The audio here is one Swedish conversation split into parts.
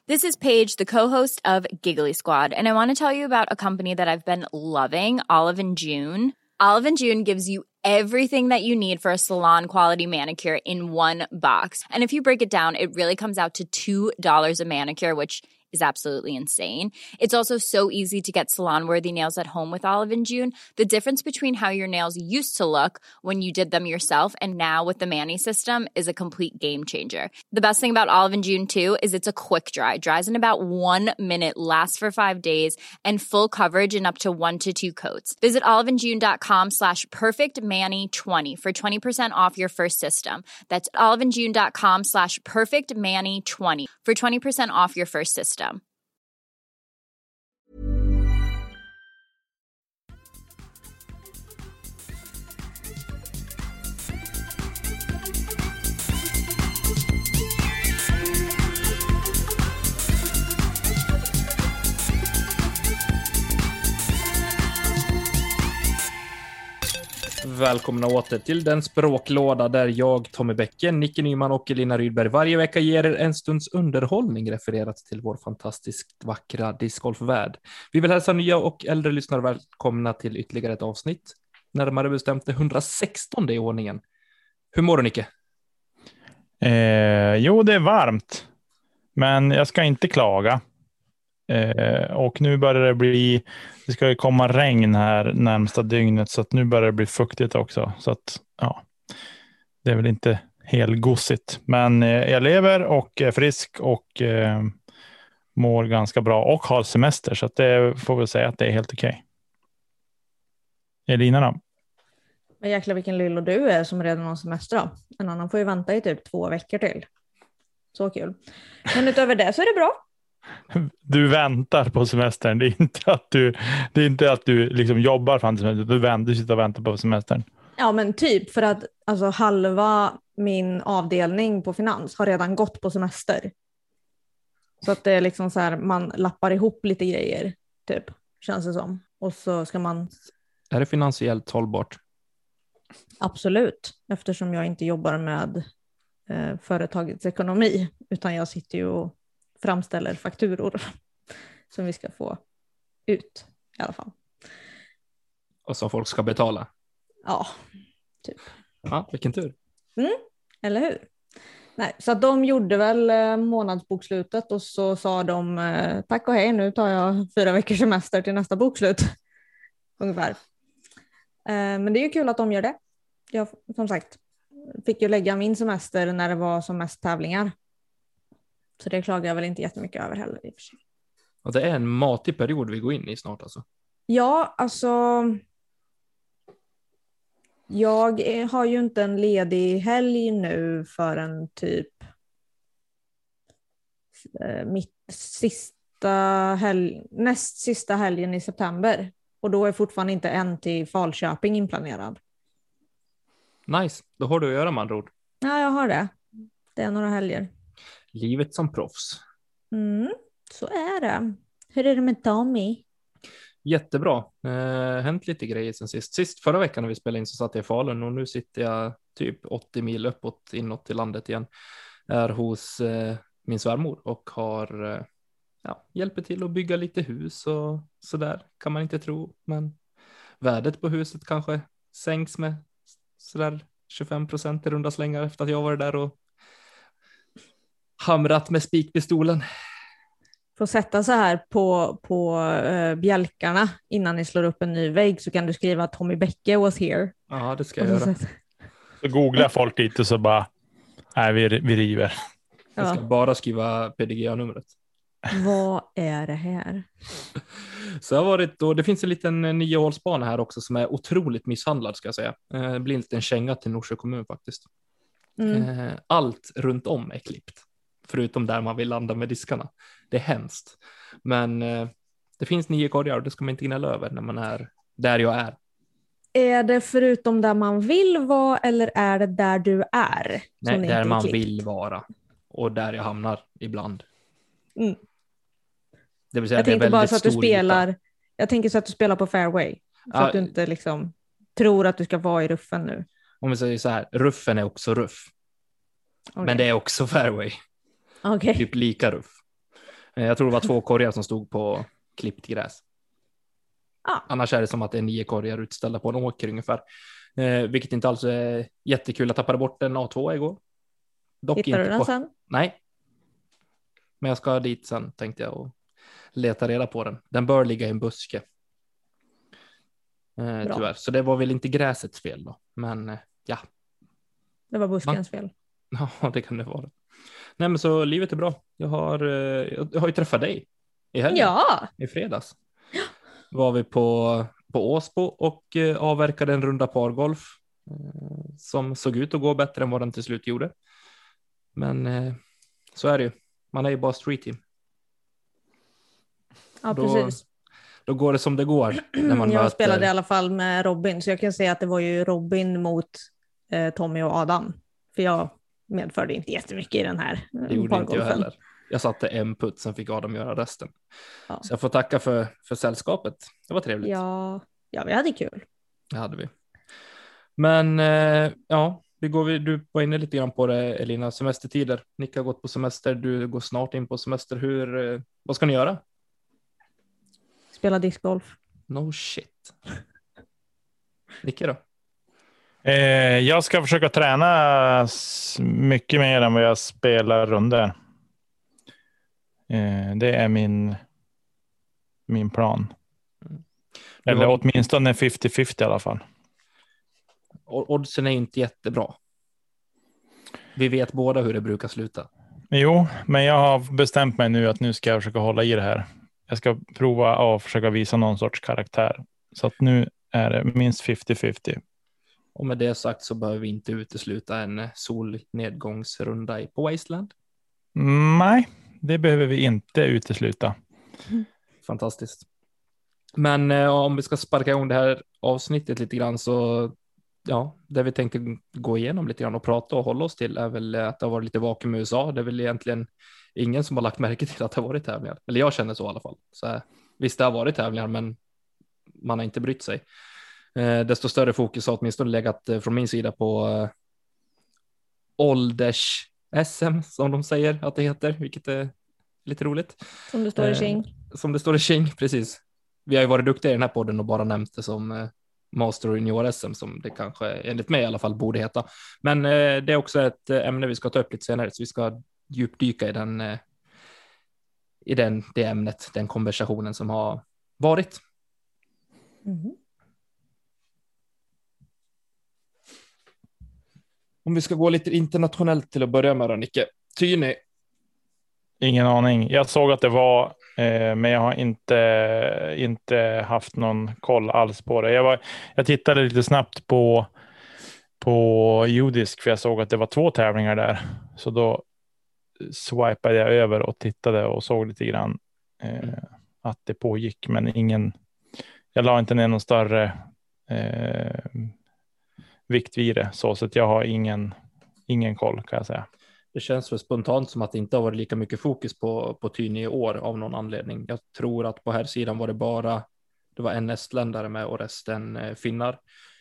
This is Paige, the co-host of Giggly Squad, and I want to tell you about a company that I've been loving, Olive and June. Olive and June gives you everything that you need for a salon-quality manicure in one box. And if you break it down, it really comes out to $2 a manicure, which is absolutely insane. It's also so easy to get salon-worthy nails at home with Olive and June. The difference between how your nails used to look when you did them yourself and now with the Mani system is a complete game changer. The best thing about Olive and June, too, is it's a quick dry. Dries in about 1 minute, lasts for 5 days, and full coverage in up to 1 to 2 coats. Visit oliveandjune.com/perfectmani20 for 20% off your first system. That's oliveandjune.com/perfectmani20 for 20% off your first system. Välkomna åter till den språklåda där jag, Tommy Bäcken, Nicke Nyman och Elina Rydberg varje vecka ger er en stunds underhållning refererat till vår fantastiskt vackra discgolfvärld. Vi vill hälsa nya och äldre lyssnare välkomna till ytterligare ett avsnitt, närmare bestämt det 116 i ordningen. Hur mår du, Nicke? Jo, det är varmt, men jag ska inte klaga. Och nu börjar det ska ju komma regn här närmsta dygnet, så att nu börjar det bli fuktigt också, så att ja, det är väl inte helt gossigt, men jag lever och är frisk och mår ganska bra och har semester, så att det får väl säga att det är helt okej. Elina då? Men jäklar vilken lillo du är som redan har semester då. En annan får ju vänta i typ 2 veckor till. Så kul. Men utöver det så är det bra. Du väntar på semestern. Det är inte att du liksom jobbar fram till semestern. Du sitter och väntar på semestern. Ja, men typ, för att alltså, halva min avdelning på finans har redan gått på semester. Så att det är liksom så här, man lappar ihop lite grejer typ, känns det som. Och så ska man... Är det finansiellt hållbart? Absolut, eftersom jag inte jobbar med företagets ekonomi, utan jag sitter ju och framställer fakturor som vi ska få ut i alla fall. Och som folk ska betala? Ja, typ. Ja, vilken tur. Eller hur? Nej, så att de gjorde väl månadsbokslutet och så sa de tack och hej, nu tar jag 4 veckors semester till nästa bokslut. Ungefär. Men det är ju kul att de gör det. Jag, som sagt, fick ju lägga min semester när det var som mest tävlingar. Så det klagar jag väl inte jättemycket över heller i och för sig. Och det är en matig period vi går in i snart alltså. Ja, alltså... Jag har ju inte en ledig helg nu förrän typ näst sista helgen i september. Och då är fortfarande inte en till Falköping inplanerad. Nice, då har du att göra med andra ord. Ja, jag har det. Det är några helger. Livet som proffs. Så är det. Hur är det med Tommy? Jättebra. Hänt lite grejer sen sist. Förra veckan när vi spelade in så satt jag i Falun och nu sitter jag typ 80 mil uppåt inåt till landet igen. Är hos min svärmor och har hjälper till att bygga lite hus och sådär, kan man inte tro. Men värdet på huset kanske sänks med sådär 25% i runda slängar efter att jag var där och hamrat med spikpistolen. Får sätta så här på bjälkarna innan ni slår upp en ny vägg, så kan du skriva Tommy Bäcke was here. Ja, det ska jag göra. Så googlar folk dit och så bara, nej, vi river. Jag ska bara skriva PDGA-numret. Vad är det här? Så jag har varit, och det finns en liten 9-hålsbana här också som är otroligt misshandlad, ska jag säga. Det blir en liten känga till Norsjö kommun faktiskt. Allt runt om är klippt. Förutom där man vill landa med diskarna. Det är hemskt. Men det finns 9 korgar och det ska man inte gnälla över när man är där jag är. Är det förutom där man vill vara eller är det där du är? Nej, där man vill vara. Och där jag hamnar ibland. Det vill säga, jag det är tänkte bara så att du spelar. Yta. Jag tänker så att du spelar på fairway. Så att du inte liksom tror att du ska vara i ruffen nu. Om vi säger så här, ruffen är också ruff. Okay. Men det är också fairway. Okay. Typ lika ruff. Jag tror det var 2 korgar som stod på klippt gräs. Ja. Annars är det som att det är 9 korgar utställda på en åker ungefär. Vilket inte alls är jättekul. Jag tappade bort en A2 igår. Dock Hittar du inte den på... sen? Nej. Men jag ska dit sen tänkte jag och leta reda på den. Den bör ligga i en buske. Tyvärr. Så det var väl inte gräsets fel då. Men ja. Det var buskens fel. Ja, det kan det vara. Nej, men så livet är bra. Jag har ju träffat dig i helgen. Ja. I fredags. Var vi på Åsbo och avverkade en runda pargolf som såg ut att gå bättre än vad den till slut gjorde. Men så är det ju. Man är ju bara street team. Ja, precis. Då går det som det går. När man jag spelade i alla fall med Robin, så jag kan säga att det var ju Robin mot Tommy och Adam. För jag medförde inte jättemycket i den här det gjorde inte jag heller. Jag satte en putt, sen fick Adam göra resten. Ja. Så jag får tacka för sällskapet. Det var trevligt. Ja, vi hade kul. Det hade vi. Men ja, du var inne lite grann på det, Elina. Semestertider. Nick har gått på semester. Du går snart in på semester. Vad ska ni göra? Spela discgolf. No shit. Nicke då? Jag ska försöka träna mycket mer än vad jag spelar runder. Det är min plan. Eller åtminstone 50-50 i alla fall. Oddsen är inte jättebra. Vi vet båda hur det brukar sluta. Jo, men jag har bestämt mig nu att nu ska jag försöka hålla i det här. Jag ska prova att försöka visa någon sorts karaktär. Så att nu är det minst 50-50. Och med det sagt så behöver vi inte utesluta en solnedgångsrunda på Wasteland. Nej, det behöver vi inte utesluta. Fantastiskt. Men om vi ska sparka igång det här avsnittet lite grann så ja, det vi tänkte gå igenom lite grann och prata och hålla oss till är väl att det har varit lite vakuum i USA. Det är väl egentligen ingen som har lagt märke till att det har varit tävlingar. Eller jag känner så i alla fall. Så visst, det har varit tävlingar, men man har inte brytt sig. Desto större fokus har åtminstone legat från min sida på ålders-SM som de säger att det heter, vilket är lite roligt. Som det står i King. Som det står i King, precis. Vi har ju varit duktiga i den här podden och bara nämnt det som Master och Junior-SM som det kanske enligt mig i alla fall borde heta. Men det är också ett ämne vi ska ta upp lite senare, så vi ska djupdyka i det ämnet, den konversationen som har varit. Mm. Om vi ska gå lite internationellt till att börja med då, Nicke. Tyni. Ingen aning. Jag såg att det var, men jag har inte haft någon koll alls på det. Jag tittade lite snabbt på Judisk, för jag såg att det var 2 tävlingar där. Så då swipade jag över och tittade och såg lite grann att det pågick, men jag la inte ner någon större vikt vid det, så att jag har ingen koll, kan jag säga. Det känns för spontant som att det inte har varit lika mycket fokus på Tyni i år av någon anledning. Jag tror att på här sidan var det var en estländare med och resten finnar.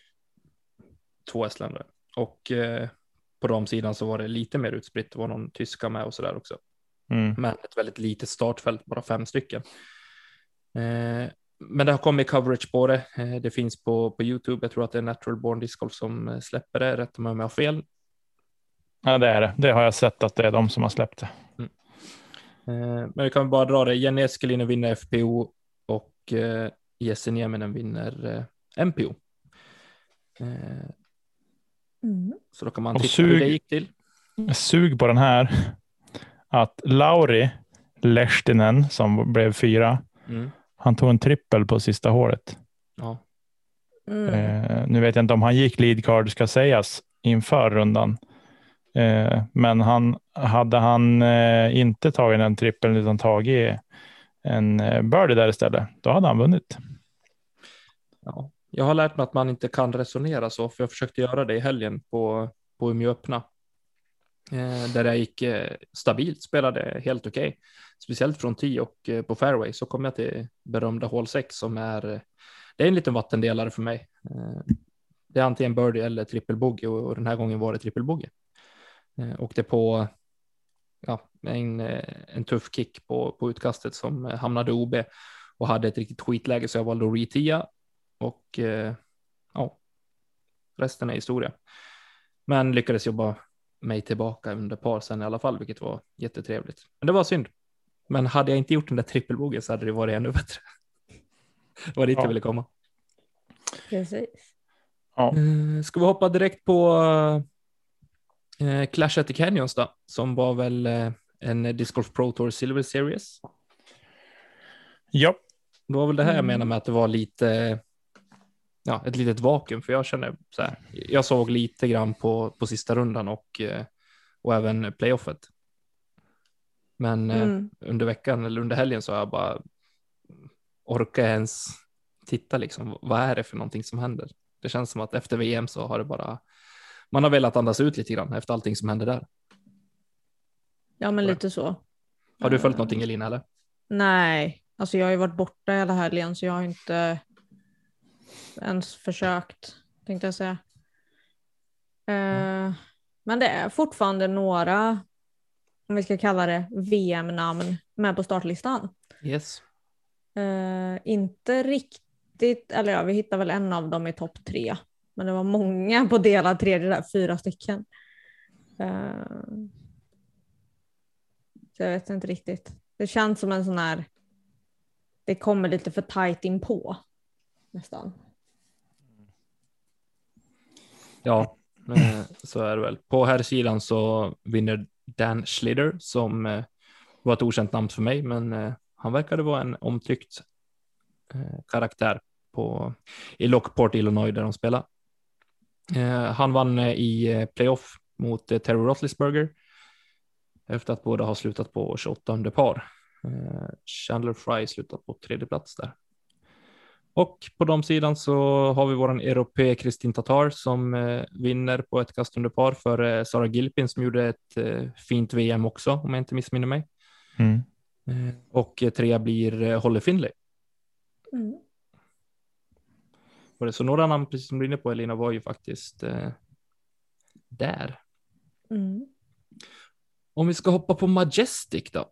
2 estländare. Och på de sidan så var det lite mer utspritt. Det var någon tyska med och sådär också. Men ett väldigt litet startfält, bara 5 stycken. Men det har kommit coverage på det. Det finns på YouTube. Jag tror att det är Natural Born Disc Golf som släpper det. Rätt om jag har fel. Ja, det är det. Det har jag sett att det är de som har släppt det. Men vi kan bara dra det. Jenny Eskelinen vinner FPO och Jesse Nieminen vinner MPO. Så då kan man titta hur det gick till. Sug på den här. Att Lauri Lehtinen som blev 4. Han tog en trippel på sista hålet. Ja. Nu vet jag inte om han gick lead card, ska sägas, inför rundan. Men hade han inte tagit en trippel utan tagit en birdie där istället, då hade han vunnit. Ja, jag har lärt mig att man inte kan resonera så, för jag försökte göra det i helgen på Umeå öppna. Där jag gick stabilt, spelade helt okej. Speciellt från 10 och på fairway så kom jag till berömda hål 6 som det är en liten vattendelare för mig. Det är antingen birdie eller trippelbogey och den här gången var det trippelbogey. Och det på en tuff kick på utkastet som hamnade OB och hade ett riktigt skitläge, så jag valde att re-tia och resten är historia. Men lyckades jobba mig tillbaka under par sen i alla fall, vilket var jättetrevligt. Men det var synd. Men hade jag inte gjort den där trippelbogen så hade det varit ännu bättre. Det var dit jag ville komma. Precis. Ja. Ska vi hoppa direkt på Clash at the Canyons då, som var väl en Disc Golf Pro Tour Silver Series. Ja. Det var väl det här jag menar med att det var lite ett litet vakuum, för jag känner så här, jag såg lite grann på sista rundan och även playoffet. Men under veckan eller under helgen så har jag bara orkat ens titta liksom, vad är det för någonting som händer? Det känns som att efter VM så har det bara, man har velat andas ut lite grann efter allting som hände där. Ja, men lite så. Har du följt någonting, Elina, eller? Nej, alltså jag har ju varit borta hela helgen så jag har inte ens försökt, tänkte jag säga. Men det är fortfarande några, om vi ska kalla det, VM-namn med på startlistan. Yes. Inte riktigt, eller ja, vi hittar väl en av dem i topp 3. Men det var många på delad tredje där, 4 stycken. Så jag vet inte riktigt. Det känns som en sån här, det kommer lite för tajt in på nästan. Ja, så är det väl. På här sidan så vinner Dan Schlitter, som var ett okänt namn för mig, men han verkade vara en omtyckt karaktär i Lockport, Illinois, där de spelar. Han vann i playoff mot Terry Roethlisberger efter att båda har slutat på 28 under par. Chandler Fry slutat på 3:e plats där. Och på de sidan så har vi våran europé Kristin Tatar som vinner på ett kast under par för Sara Gilpin, som gjorde ett fint VM också, om jag inte missminner mig. Och 3 blir Holly Finley. Så några namn, precis som du är inne på, Elina, var ju faktiskt där. Om vi ska hoppa på Majestic då.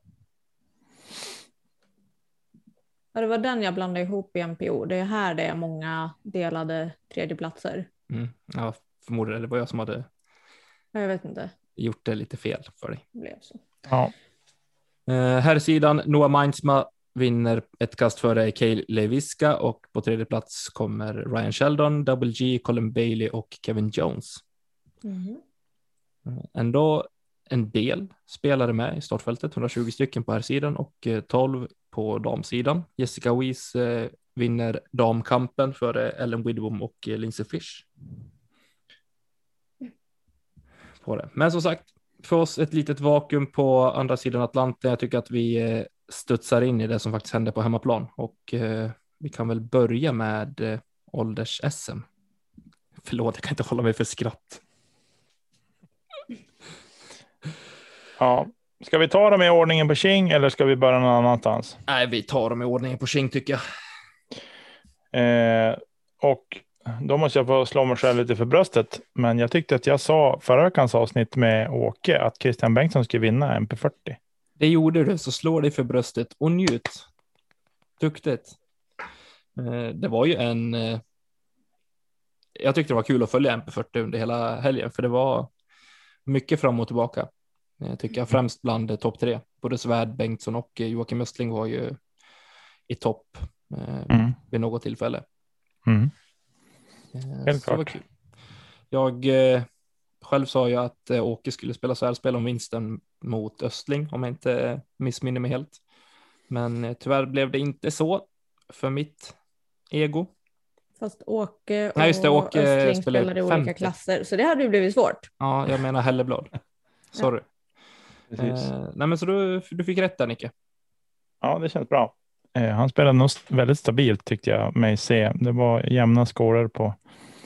Ja, det var den jag blandade ihop i MPO. Det är här det är många delade tredjeplatser. Ja, förmodligen. Det var jag som hade Jag vet inte. Gjort det lite fel för dig. Det blev så. Ja. Här sidan, Noah Mindsma vinner ett kast före Cale Leviska, och på 3:e plats kommer Ryan Sheldon, Double G, Colin Bailey och Kevin Jones. Ändå en del spelare med i startfältet, 120 stycken på här sidan och 12 på damsidan. Jessica Weiss vinner damkampen före Ellen Widbom och Lindsey Fish. På det. Men som sagt, för oss ett litet vakuum på andra sidan Atlanten. Jag tycker att vi studsar in i det som faktiskt hände på hemmaplan, och vi kan väl börja med ålders-SM. Förlåt, jag kan inte hålla mig för skratt. Ja. Ska vi ta dem i ordningen på King eller ska vi börja någon annanstans? Nej, vi tar dem i ordningen på King tycker jag. Och då måste jag få slå mig själv lite för bröstet. Men jag tyckte att jag sa förra veckans avsnitt med Åke att Christian Bengtsson skulle vinna MP40. Det gjorde du, så slå dig för bröstet och njut. Duktigt. Det var ju jag tyckte det var kul att följa MP40 under hela helgen, för det var mycket fram och tillbaka. Jag tycker främst bland topp 3. Både Svärd, Bengtsson och Joakim Östling var ju i topp vid något tillfälle. Helt klart. Var kul. Jag själv sa ju att Åke skulle spela särspel om vinsten mot Östling, om jag inte missminner mig helt. Men tyvärr blev det inte så för mitt ego. Fast Åke och Åke Östling spelade i olika klasser, så det hade ju blivit svårt. Ja, jag menar Helleblad. Sorry. Nej, men så du fick rätt där, Nicke. Ja, det känns bra. Han spelade nog väldigt stabilt, tyckte jag mig se. Det var jämna scorer på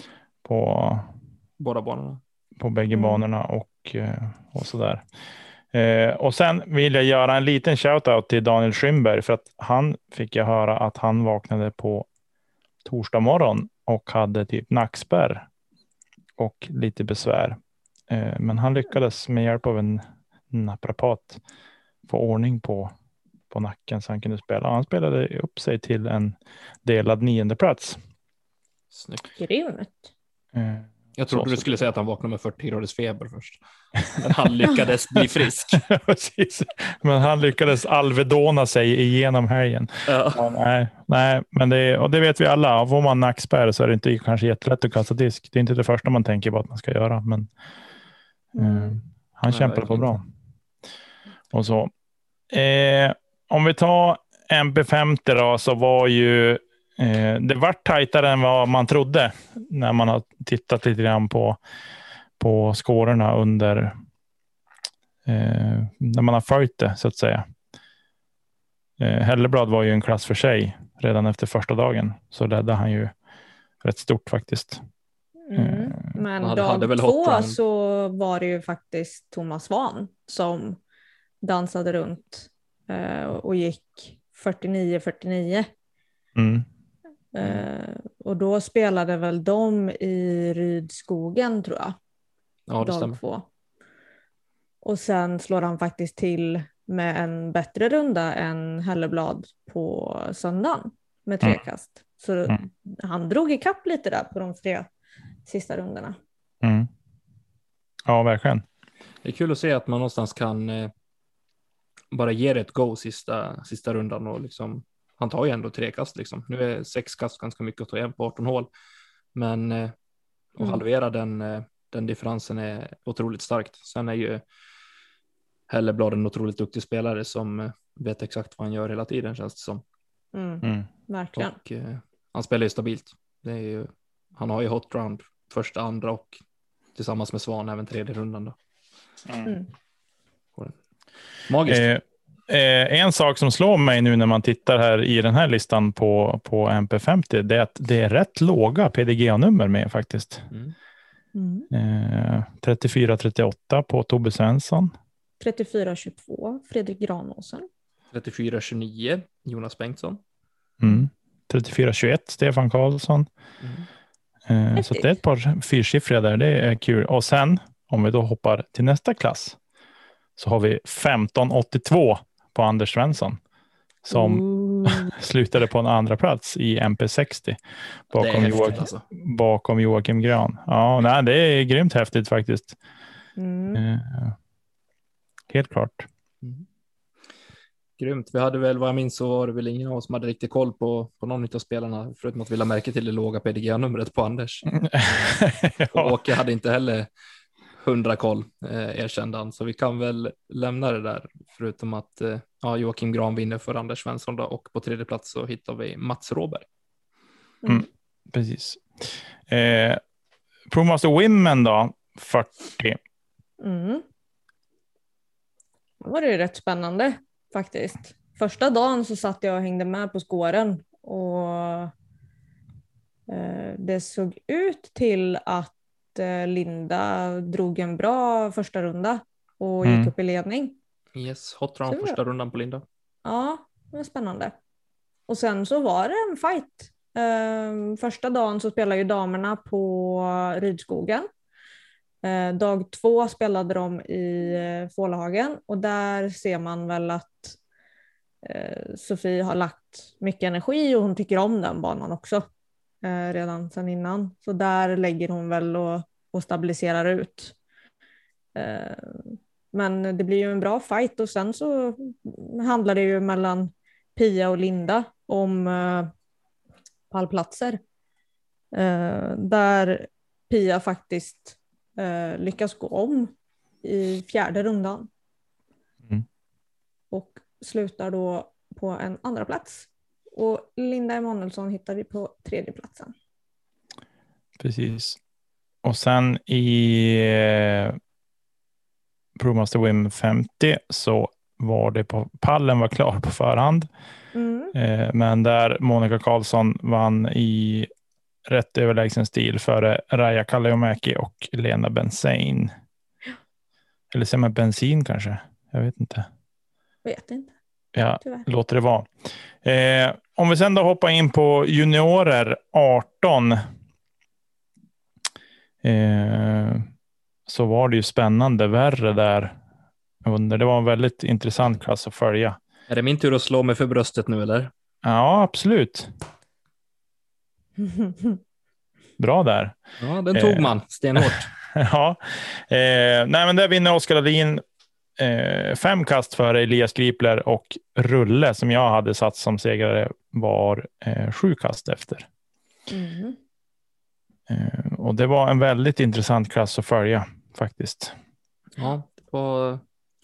båda banorna. På bägge banorna och sådär. Och sen vill jag göra en liten shoutout till Daniel Schymberg, för att han fick jag höra att han vaknade på torsdag morgon och hade typ nackspärr och lite besvär. Men han lyckades med hjälp av en naprapat få ordning på nacken så han kunde spela. Han spelade upp sig till en delad 9:e plats. Snyggt. Grymt. Jag trodde du skulle säga att han vaknade med 40 graders feber först. Men han lyckades bli frisk. Precis. Men han lyckades alvedona sig igenom helgen. Ja. Ja, nej, men det vet vi alla. Får man nackspärr så är det inte kanske jättelätt att kasta disk. Det är inte det första man tänker på att man ska göra. Men han kämpade på bra. Och så. Om vi tar MP50 då, så var ju det var tajtare än vad man trodde när man har tittat lite grann på scorerna under när man har följt det så att säga. Helleblad var ju en klass för sig redan efter första dagen, så ledde han ju rätt stort faktiskt. Men dag 2 så var det ju faktiskt Thomas Svan som dansade runt och gick 49-49. Och då spelade väl de i Rydskogen tror jag. Ja, det dag stämmer. 2. Och sen slår han faktiskt till med en bättre runda än Helleblad på söndagen med 3 kast. Så han drog i kapp lite där på de 3 sista rundorna. Ja, verkligen. Det är kul att se att man någonstans kan bara ge det ett go sista rundan och liksom, han tar ju ändå 3 kast liksom. Nu är 6 kast ganska mycket att ta igen på 18 hål, men att halvera den differensen är otroligt starkt. Sen är ju Helleblad en otroligt duktig spelare som vet exakt vad han gör hela tiden, känns det som. Verkligen. Och han spelar ju stabilt. Det är ju, han har ju hot round första, andra och tillsammans med Svan även 3:e rundan då. Magiskt. En sak som slår mig nu när man tittar här i den här listan på MP50, det är att det är rätt låga PDGA-nummer med faktiskt. 34-38 på Tobbe Svensson. 34-22 Fredrik Granåsen. 34-29 Jonas Bengtsson. 34-21 Stefan Karlsson. Så det är ett par fyrsiffriga där, det är kul. Och sen om vi då hoppar till nästa klass så har vi 15-82 på Anders Svensson som slutade på en andra plats i MP60 bakom Joakim Gran. Ja, nej, det är grymt häftigt faktiskt. Helt klart. Grymt. Vi hade väl, vad jag minns så var det väl ingen av oss som hade riktigt koll på någon av spelarna, förutom att vi lade märke till det låga PDGA-numret på Anders. Och Åke hade inte heller 100 koll, erkände han. Så vi kan väl lämna det där, förutom att Joakim Gran vinner för Anders Svensson då, och på 3:e plats så hittar vi Mats Råberg. Precis. ProMaster Women då, 40. Då var det ju rätt spännande faktiskt. Första dagen så satt jag och hängde med på skåren och det såg ut till att Linda drog en bra första runda och gick upp i ledning. Yes, hot round första rundan på Linda. Ja, det var spännande. Och sen så var det en fight. Första dagen så spelade ju damerna på Rydskogen. Dag 2 spelade de i Fålhagen och där ser man väl att Sofie har lagt mycket energi och hon tycker om den banan också redan sedan innan. Så där lägger hon väl och stabiliserar ut. Men det blir ju en bra fight och sen så handlar det ju mellan Pia och Linda om pallplatser. Där Pia faktiskt lyckas gå om i 4:e rundan. Och slutar då på en andra plats. Och Linda Emanuelsson hittar vi på 3:e platsen. Precis. Och sen i ProMaster Women 50 så var det pallen var klar på förhand. Men där Monica Karlsson vann i rätt överlägsen stil före Raja Kalliomäki och Lena Bensin. Eller säger man bensin kanske? Jag vet inte. Ja, tyvärr. Låter det vara. Om vi sen då hoppar in på juniorer 18 så var det ju spännande värre där under. Det var en väldigt intressant klass att följa. Är det min tur att slå mig för bröstet nu eller? Ja, absolut. Bra där. Ja, den tog man stenhårt. Ja. Nej, men där vinner Oskar Dahlin 5 kast före Elias Gripler, och Rulle som jag hade satt som segrare var 7 kast efter. Och det var en väldigt intressant klass att följa faktiskt. Ja, och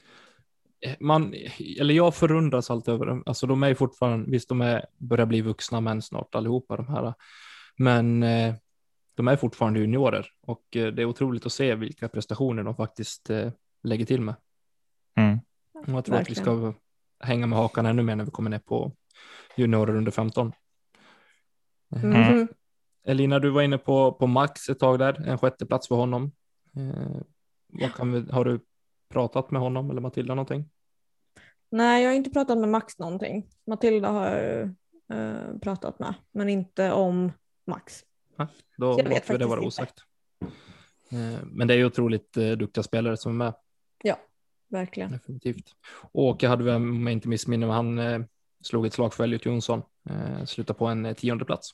jag förundras allt över dem. Alltså de är ju fortfarande, visst börjar bli vuxna män snart allihopa de här. Men de är fortfarande juniorer och det är otroligt att se vilka prestationer de faktiskt lägger till med. Och jag tror att vi ska hänga med hakan ännu mer när vi kommer ner på juniorer under 15. Elina, du var inne på Max ett tag där, en 6:e plats för honom. Har du pratat med honom eller Matilda någonting? Nej, jag har inte pratat med Max någonting. Matilda har jag pratat med, men inte om Max. Då låter vi det vara osagt. Men det är ju otroligt duktiga spelare som är med. Ja, verkligen. Definitivt. Åke hade vi, om jag inte missminner mig, han slog ett slag för Elliot Jonsson. Slutade på en 10:e plats.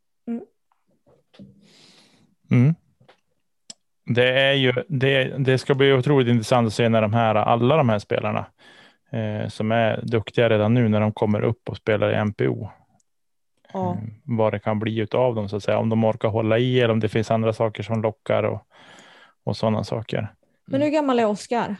Det ska bli otroligt intressant att se när alla de här spelarna som är duktiga redan nu, när de kommer upp och spelar i MPO. Vad det kan bli utav dem så att säga, om de orkar hålla i eller om det finns andra saker som lockar och sådana saker. Men hur gammal är Oskar?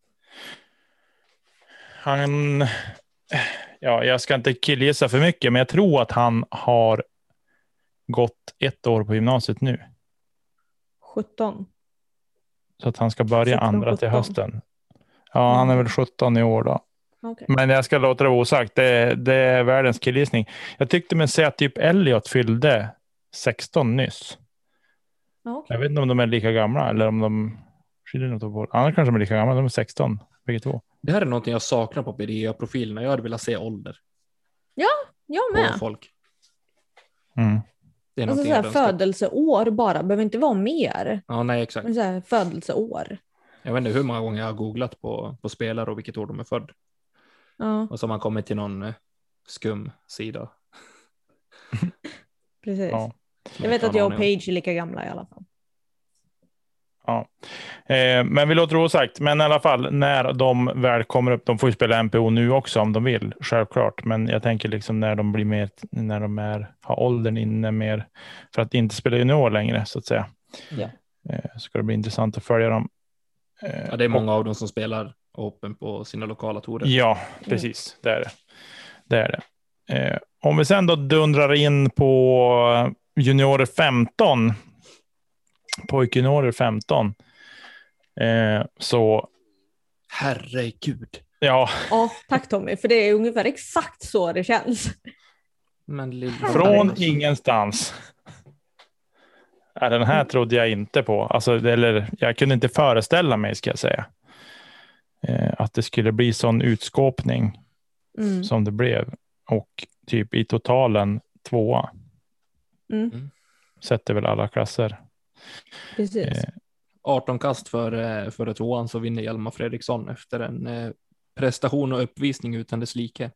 Jag ska inte killgissa för mycket, men jag tror att han har gått 1 år på gymnasiet nu. 17. Så att han ska börja 17, andra till 17. hösten. Ja, han är väl 17 i år då. Okay. Men jag ska låta det vara osagt. Det är världens killgissning. Jag tyckte mig säga att typ Elliot fyllde 16 nyss. Okay. Jag vet inte om de är lika gamla eller om de skiljer något på. Annars kanske de är lika gamla. De är 16, bägge två. Det här är någonting jag saknar på BDA-profilerna. Jag hade velat se ålder. Ja, jag med. På folk. Det är alltså så här, födelseår bara, behöver inte vara mer. Ja, nej, exakt. Men så här, födelseår. Jag vet inte hur många gånger jag har googlat på spelare och vilket år de är född. Ja. Och så har man kommit till någon skum sida. Precis. Ja. Jag vet att jag och Paige är lika gamla i alla fall. Ja. Men vi låter det osagt. Men i alla fall, när de väl kommer upp, de får ju spela MPO nu också om de vill, självklart. Men jag tänker liksom när de blir mer, när de har åldern inne mer för att inte spela junior längre så att säga. Ja. Ska det bli intressant att följa dem. Ja, det är många av dem som spelar Open på sina lokala tourer. Ja, precis. Det är det. Det är det. Om vi sen då dundrar in på juniorer 15, pojkjuniorer 15, så herregud. Ja, tack Tommy, för det är ungefär exakt så det känns. Men från ingenstans. Den här trodde jag inte på. Alltså, eller jag kunde inte föreställa mig, ska jag säga, att det skulle bli sån utskåpning som det blev. Och typ i totalen 2. Sätter väl alla klasser. Precis. 18 kast för 2:an så vinner Hjalmar Fredriksson efter en prestation och uppvisning utan dess like.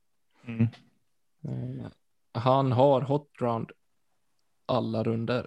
Han har hot round alla runder.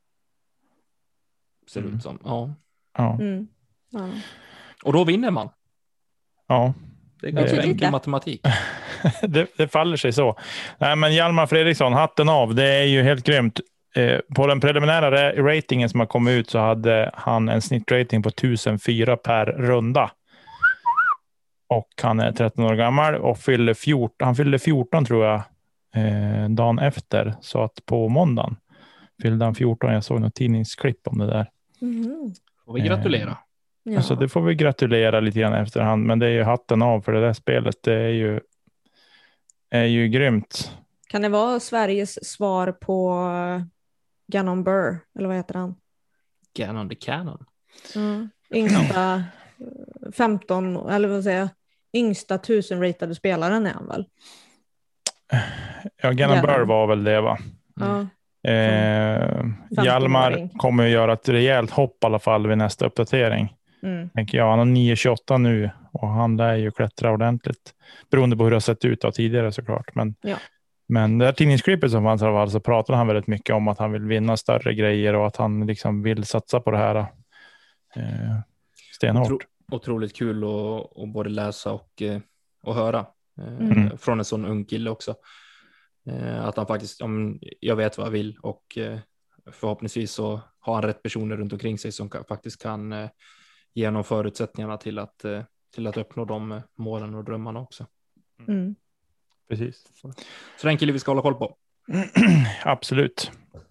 Ser ut som. Ja. Och då vinner man. Ja. Det är ganska enkel matematik. det faller sig så. Nej, men Hjalmar Fredriksson, hatten av. Det är ju helt grymt. På den preliminära ratingen som har kommit ut så hade han en snittrating på 1004 per runda. Och han är 13 år gammal och fyllde 14. Han fyllde 14 tror jag dagen efter. Så att på måndagen fyllde han 14. Jag såg något tidningsklipp om det där. Får vi gratulera. Ja. Alltså det får vi gratulera lite grann efterhand. Men det är ju hatten av för det där spelet. Det är ju grymt. Kan det vara Sveriges svar på Gannon Burr? Eller vad heter han? Gannon the Cannon. Yngsta 15, eller vad säger jag? Yngsta 1000-ratade spelaren är han väl? Ja, Gannon Burr var väl det, va? Ja. Hjalmar kommer att göra ett rejält hopp i alla fall vid nästa uppdatering. tänker jag. Han har 9,28 nu och han lär ju klättra ordentligt. Beroende på hur det har sett ut tidigare såklart. Men det här tidningsklippet som fanns så pratade han väldigt mycket om att han vill vinna större grejer och att han liksom vill satsa på det här stenhårt. Otroligt kul att både läsa och höra från en sån ung kille också. Att han faktiskt, jag vet vad jag vill och förhoppningsvis så har han rätt personer runt omkring sig som faktiskt kan ge honom förutsättningarna till att uppnå de målen och drömmarna också. Precis. Så den kille vi ska hålla koll på. Absolut.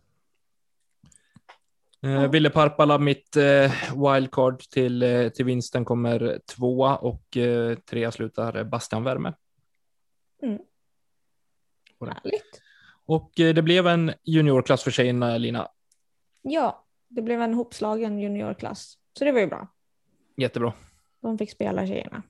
Ville Parpala, mitt wildcard till vinsten kommer 2 och 3 slutar Bastian Värme. Härligt. Och det blev en juniorklass för tjejerna, Lina. Ja, det blev en hopslagen juniorklass. Så det var ju bra. Jättebra. De fick spela tjejerna.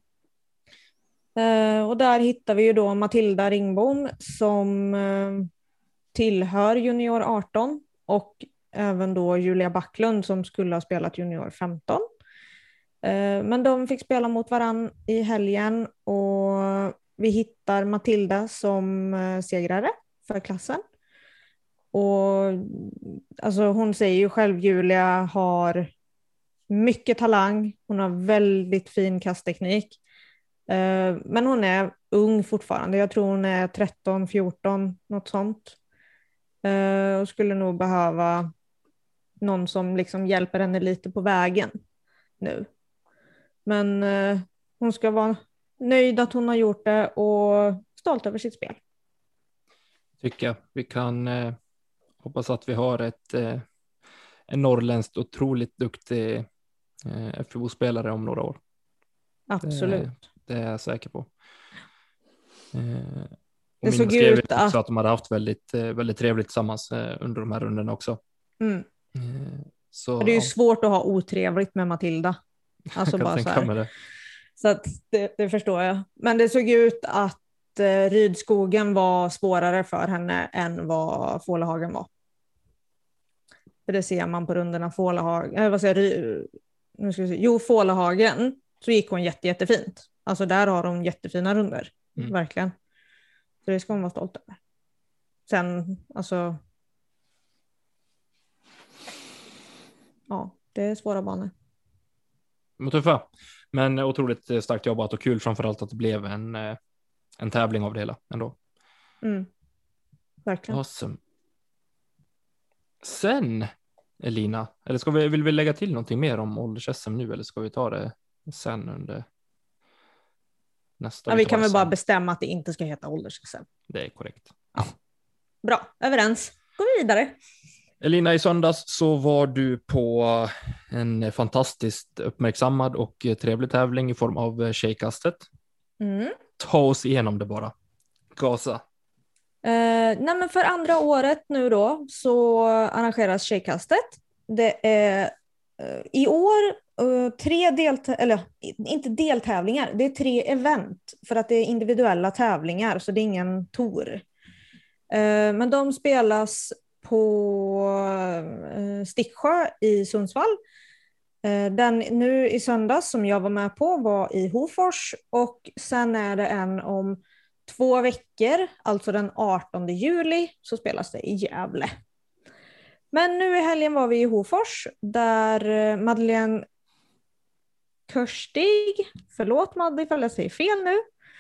Och där hittar vi ju då Matilda Ringbom som tillhör junior 18 och även då Julia Backlund som skulle ha spelat junior 15. Men de fick spela mot varann i helgen och vi hittar Matilda som segrare för klassen. Och alltså hon säger ju själv, Julia har mycket talang, hon har väldigt fin kastteknik. Men hon är ung fortfarande. Jag tror hon är 13-14, något sånt. Och skulle nog behöva någon som liksom hjälper henne lite på vägen nu. Men hon ska vara nöjd att hon har gjort det och stolt över sitt spel. Tycker jag. Vi kan hoppas att vi har en norrländskt otroligt duktig FBO-spelare om några år. Absolut. Det är jag säker på. Det såg ut att de hade haft väldigt, väldigt trevligt tillsammans under de här rundorna också. Så, det är ju svårt att ha otrevligt med Matilda. Alltså bara så här. Det. Så att det förstår jag. Men det såg ut att Rydskogen var svårare för henne än vad Fålehagen var. För det ser man på rundorna. Fålehagen så gick hon jättefint. Alltså där har hon jättefina runder. Verkligen. Så det ska hon vara stolt över. Sen, alltså... Ja, det är svåra banor. Tuffa. Men otroligt starkt jobbat och kul framförallt att det blev en tävling av det hela ändå. Verkligen. Awesome. Sen, Elina, eller vill vi lägga till någonting mer om ålders-SM nu eller ska vi ta det sen under nästa? Ja, vi kan väl bara bestämma att det inte ska heta ålders-SM. Det är korrekt. Ja. Bra, överens. Gå vidare. Elina, i söndags så var du på en fantastiskt uppmärksammad och trevlig tävling i form av tjejkastet. Ta oss igenom det bara. Gasa. Nej, men för andra året nu då så arrangeras tjejkastet. Det är i år 3 det är 3 event för att det är individuella tävlingar så det är ingen tour. Men de spelas på Sticksjö i Sundsvall. Den nu i söndags som jag var med på var i Hofors och sen är det en om 2 veckor, alltså den 18 juli så spelas det i Gävle. Men nu i helgen var vi i Hofors där Madeleine Körstig, förlåt Madde ifall jag säger fel nu,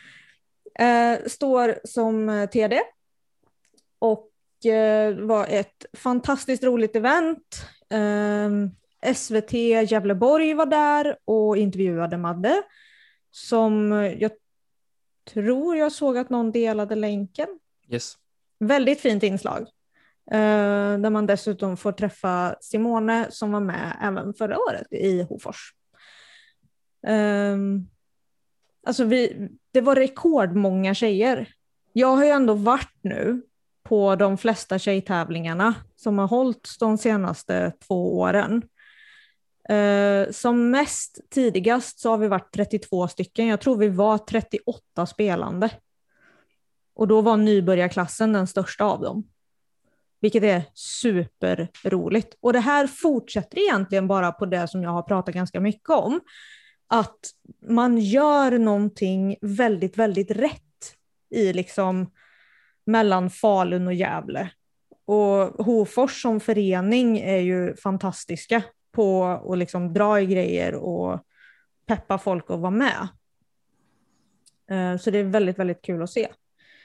står som TD och var ett fantastiskt roligt event. SVT Gävleborg var där och intervjuade Madde som jag tror jag såg att någon delade länken. Yes. Väldigt fint inslag. Där man dessutom får träffa Simone som var med även förra året i Hofors. Alltså det var rekordmånga tjejer. Jag har ju ändå varit nu på de flesta tjejtävlingarna som har hållits de senaste 2 åren. Som mest tidigast så har vi varit 32 stycken. Jag tror vi var 38 spelande. Och då var nybörjarklassen den största av dem. vilket är superroligt. Och det här fortsätter egentligen bara på det som jag har pratat ganska mycket om, att man gör någonting väldigt, väldigt rätt i liksom mellan Falun och Gävle. Och Hofors som förening är ju fantastiska på att liksom dra i grejer och peppa folk att vara med. Så det är väldigt, väldigt kul att se.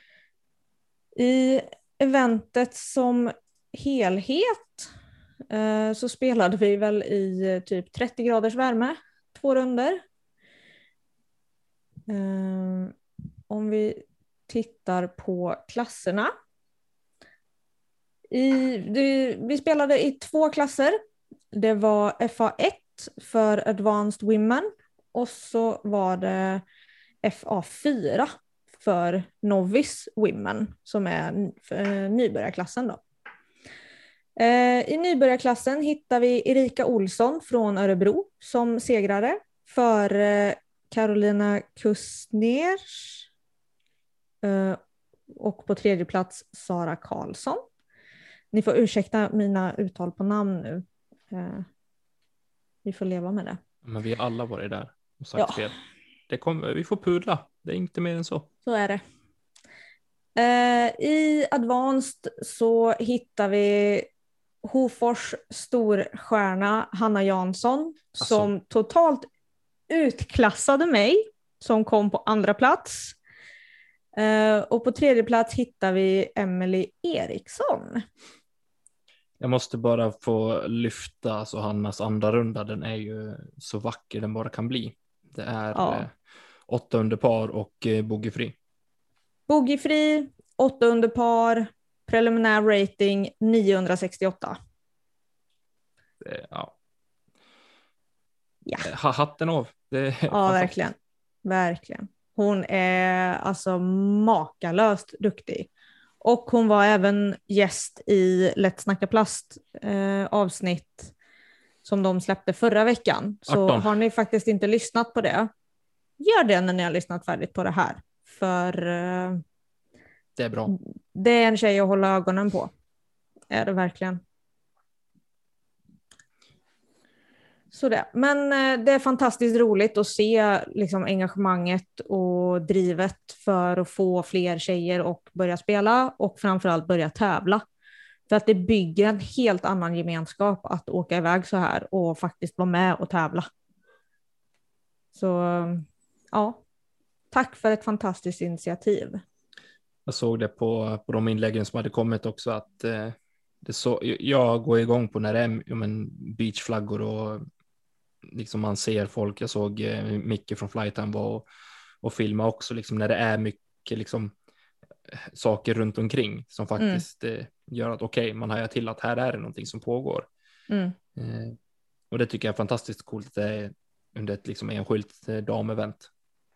I eventet som helhet så spelade vi väl i typ 30 graders värme, 2 runder. Om vi tittar på klasserna. Vi spelade i 2 klasser. Det var FA1 för Advanced Women och så var det FA4 för Novice Women som är nybörjarklassen då. I nybörjarklassen hittar vi Erika Olsson från Örebro som segrare för Carolina Kustners och på 3:e plats Sara Karlsson. Ni får ursäkta mina uttal på namn nu. Vi får leva med det. Men vi har alla varit där och sagt fel. Vi får pudla. Det är inte mer än så. Så är det. I Advanced så hittar vi Hofors storstjärna Hanna Jansson som totalt utklassade mig, som kom på 2:a plats. Och på 3:e plats hittar vi Emily Eriksson. Jag måste bara få lyfta alltså Hannas andra runda. Den är ju så vacker den bara kan bli. Det är 8 under par och bogeyfri. Bogeyfri, 8 under par, preliminär rating 968. Hatten av. Verkligen. Verkligen. Hon är alltså makalöst duktig. Och hon var även gäst i Lätt snacka plast avsnitt som de släppte förra veckan. Så 18. Har ni faktiskt inte lyssnat på det, gör det när ni har lyssnat färdigt på det här. För det är bra. Det är en tjej att hålla ögonen på. Är det verkligen. Så det. Men det är fantastiskt roligt att se liksom engagemanget och drivet för att få fler tjejer att börja spela och framförallt börja tävla. För att det bygger en helt annan gemenskap att åka iväg så här och faktiskt vara med och tävla. Så ja, tack för ett fantastiskt initiativ. Jag såg det på de inläggen som hade kommit också att jag går igång på när det är beachflaggor och liksom man ser folk. Jag såg Micke från Flytime var och filma också liksom när det är mycket liksom saker runt omkring som faktiskt gör att man hajar till att här är det någonting som pågår. Och det tycker jag är fantastiskt coolt att det är under ett liksom enskilt damevent.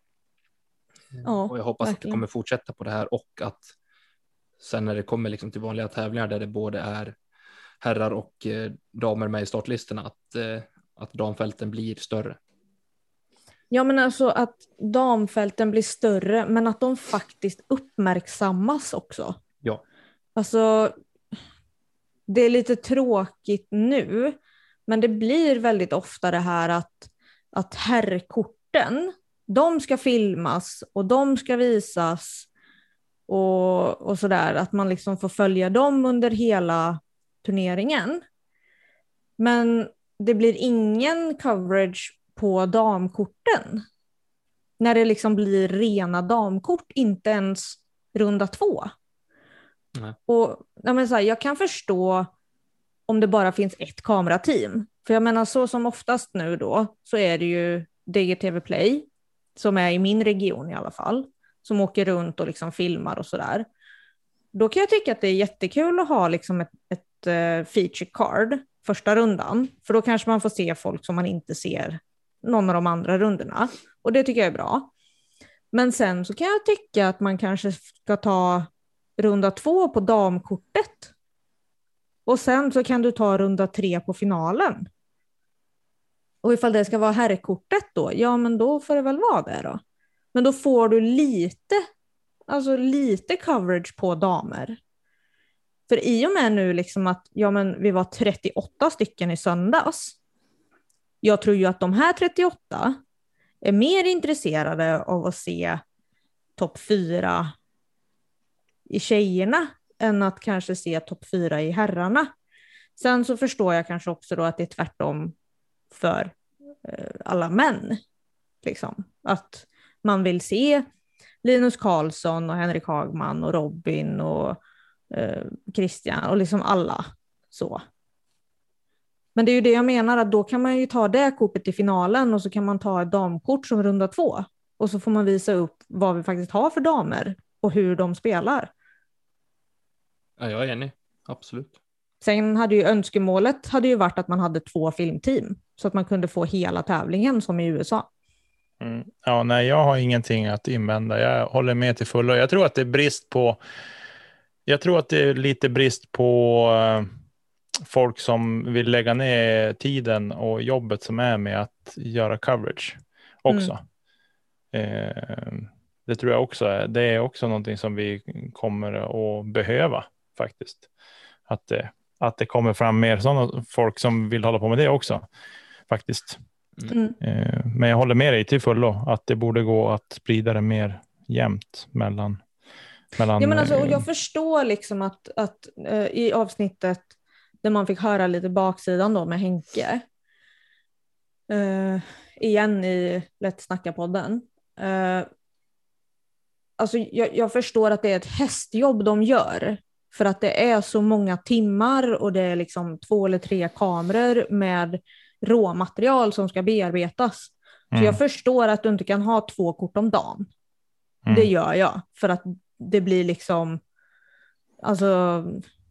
Och jag hoppas verkligen att det kommer fortsätta på det här och att sen när det kommer liksom till vanliga tävlingar där det både är herrar och damer med i startlistorna att damfälten blir större. Ja, men alltså att damfälten blir större men att de faktiskt uppmärksammas också. Ja. Alltså det är lite tråkigt nu men det blir väldigt ofta det här att herrkorten, de ska filmas och de ska visas och sådär, att man liksom får följa dem under hela turneringen. Men det blir ingen coverage på damkorten. När det liksom blir rena damkort, inte ens runda 2. Nej. Och jag kan förstå om det bara finns ett kamerateam. För jag menar så som oftast nu då så är det ju DGTV Play som är i min region i alla fall, som åker runt och liksom filmar och sådär. Då kan jag tycka att det är jättekul att ha liksom ett feature card första rundan, för då kanske man får se folk som man inte ser någon av de andra rundorna. Och det tycker jag är bra. Men sen så kan jag tycka att man kanske ska ta runda 2 på damkortet. Och sen så kan du ta runda 3 på finalen. Och ifall det ska vara herrkortet då, ja men då får det väl vara det då. Men då får du lite coverage på damer. För i och med nu liksom att vi var 38 stycken i söndags. Jag tror ju att de här 38 är mer intresserade av att se topp 4 i tjejerna än att kanske se topp 4 i herrarna. Sen så förstår jag kanske också då att det är tvärtom för alla män. Liksom. Att man vill se Linus Karlsson och Henrik Hagman och Robin och Christian och liksom alla så. Men det är ju det jag menar, att då kan man ju ta det kortet i finalen och så kan man ta ett damkort som runda 2 och så får man visa upp vad vi faktiskt har för damer och hur de spelar. Ja, jag är enig, absolut. Sen hade ju önskemålet varit att man hade 2 filmteam så att man kunde få hela tävlingen som i USA. Ja, nej, jag har ingenting att invända. Jag håller med till fullo. Jag tror att det är lite brist på folk som vill lägga ner tiden och jobbet som är med att göra coverage också. Det tror jag också är. Det är också någonting som vi kommer att behöva faktiskt. Att det kommer fram mer sådana folk som vill hålla på med det också faktiskt. Men jag håller med dig till fullo att det borde gå att sprida det mer jämnt mellan ja, men alltså, och jag förstår liksom att i avsnittet där man fick höra lite baksidan då med Henke igen i Lätt snacka-podden. Alltså jag förstår att det är ett hästjobb de gör för att det är så många timmar och det är liksom 2 eller 3 kameror med råmaterial som ska bearbetas. Så jag förstår att du inte kan ha 2 kort om dagen. Det gör jag. För att det blir liksom alltså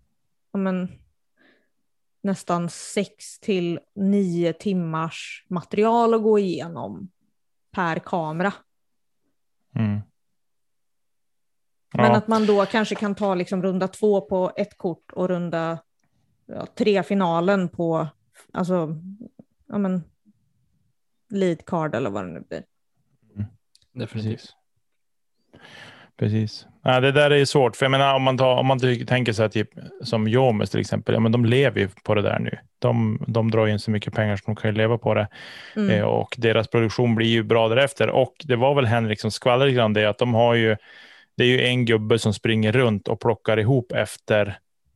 nästan 6 till 9 timmars material att gå igenom per kamera. Men att man då kanske kan ta liksom runda 2 på ett kort och runda 3 finalen på alltså lead card eller vad det nu blir. Definitivt. Precis. Ja, det där är svårt. För jag menar, om man tänker sig typ som Jomes till exempel, ja, men de lever ju på det där nu. De drar in så mycket pengar som de kan leva på det. Och deras produktion blir ju bra därefter. Och det var väl Henrik som skvallrade grann det, att de har ju, det är ju en gubbe som springer runt och plockar ihop efter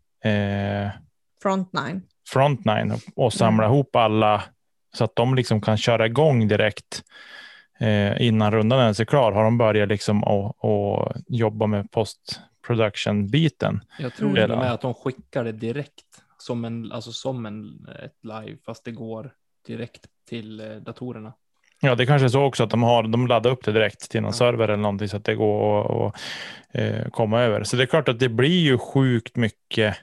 Frontline och samlar ihop alla så att de liksom kan köra igång direkt innan rundan ens är klar. Har de börjat liksom och jobba med post-production-biten. Jag tror det med att de skickar det direkt som ett live, fast det går direkt till datorerna. Ja, det kanske är så också att de laddar upp det direkt till någon server eller någonting så att det går att komma över. Så det är klart att det blir ju sjukt mycket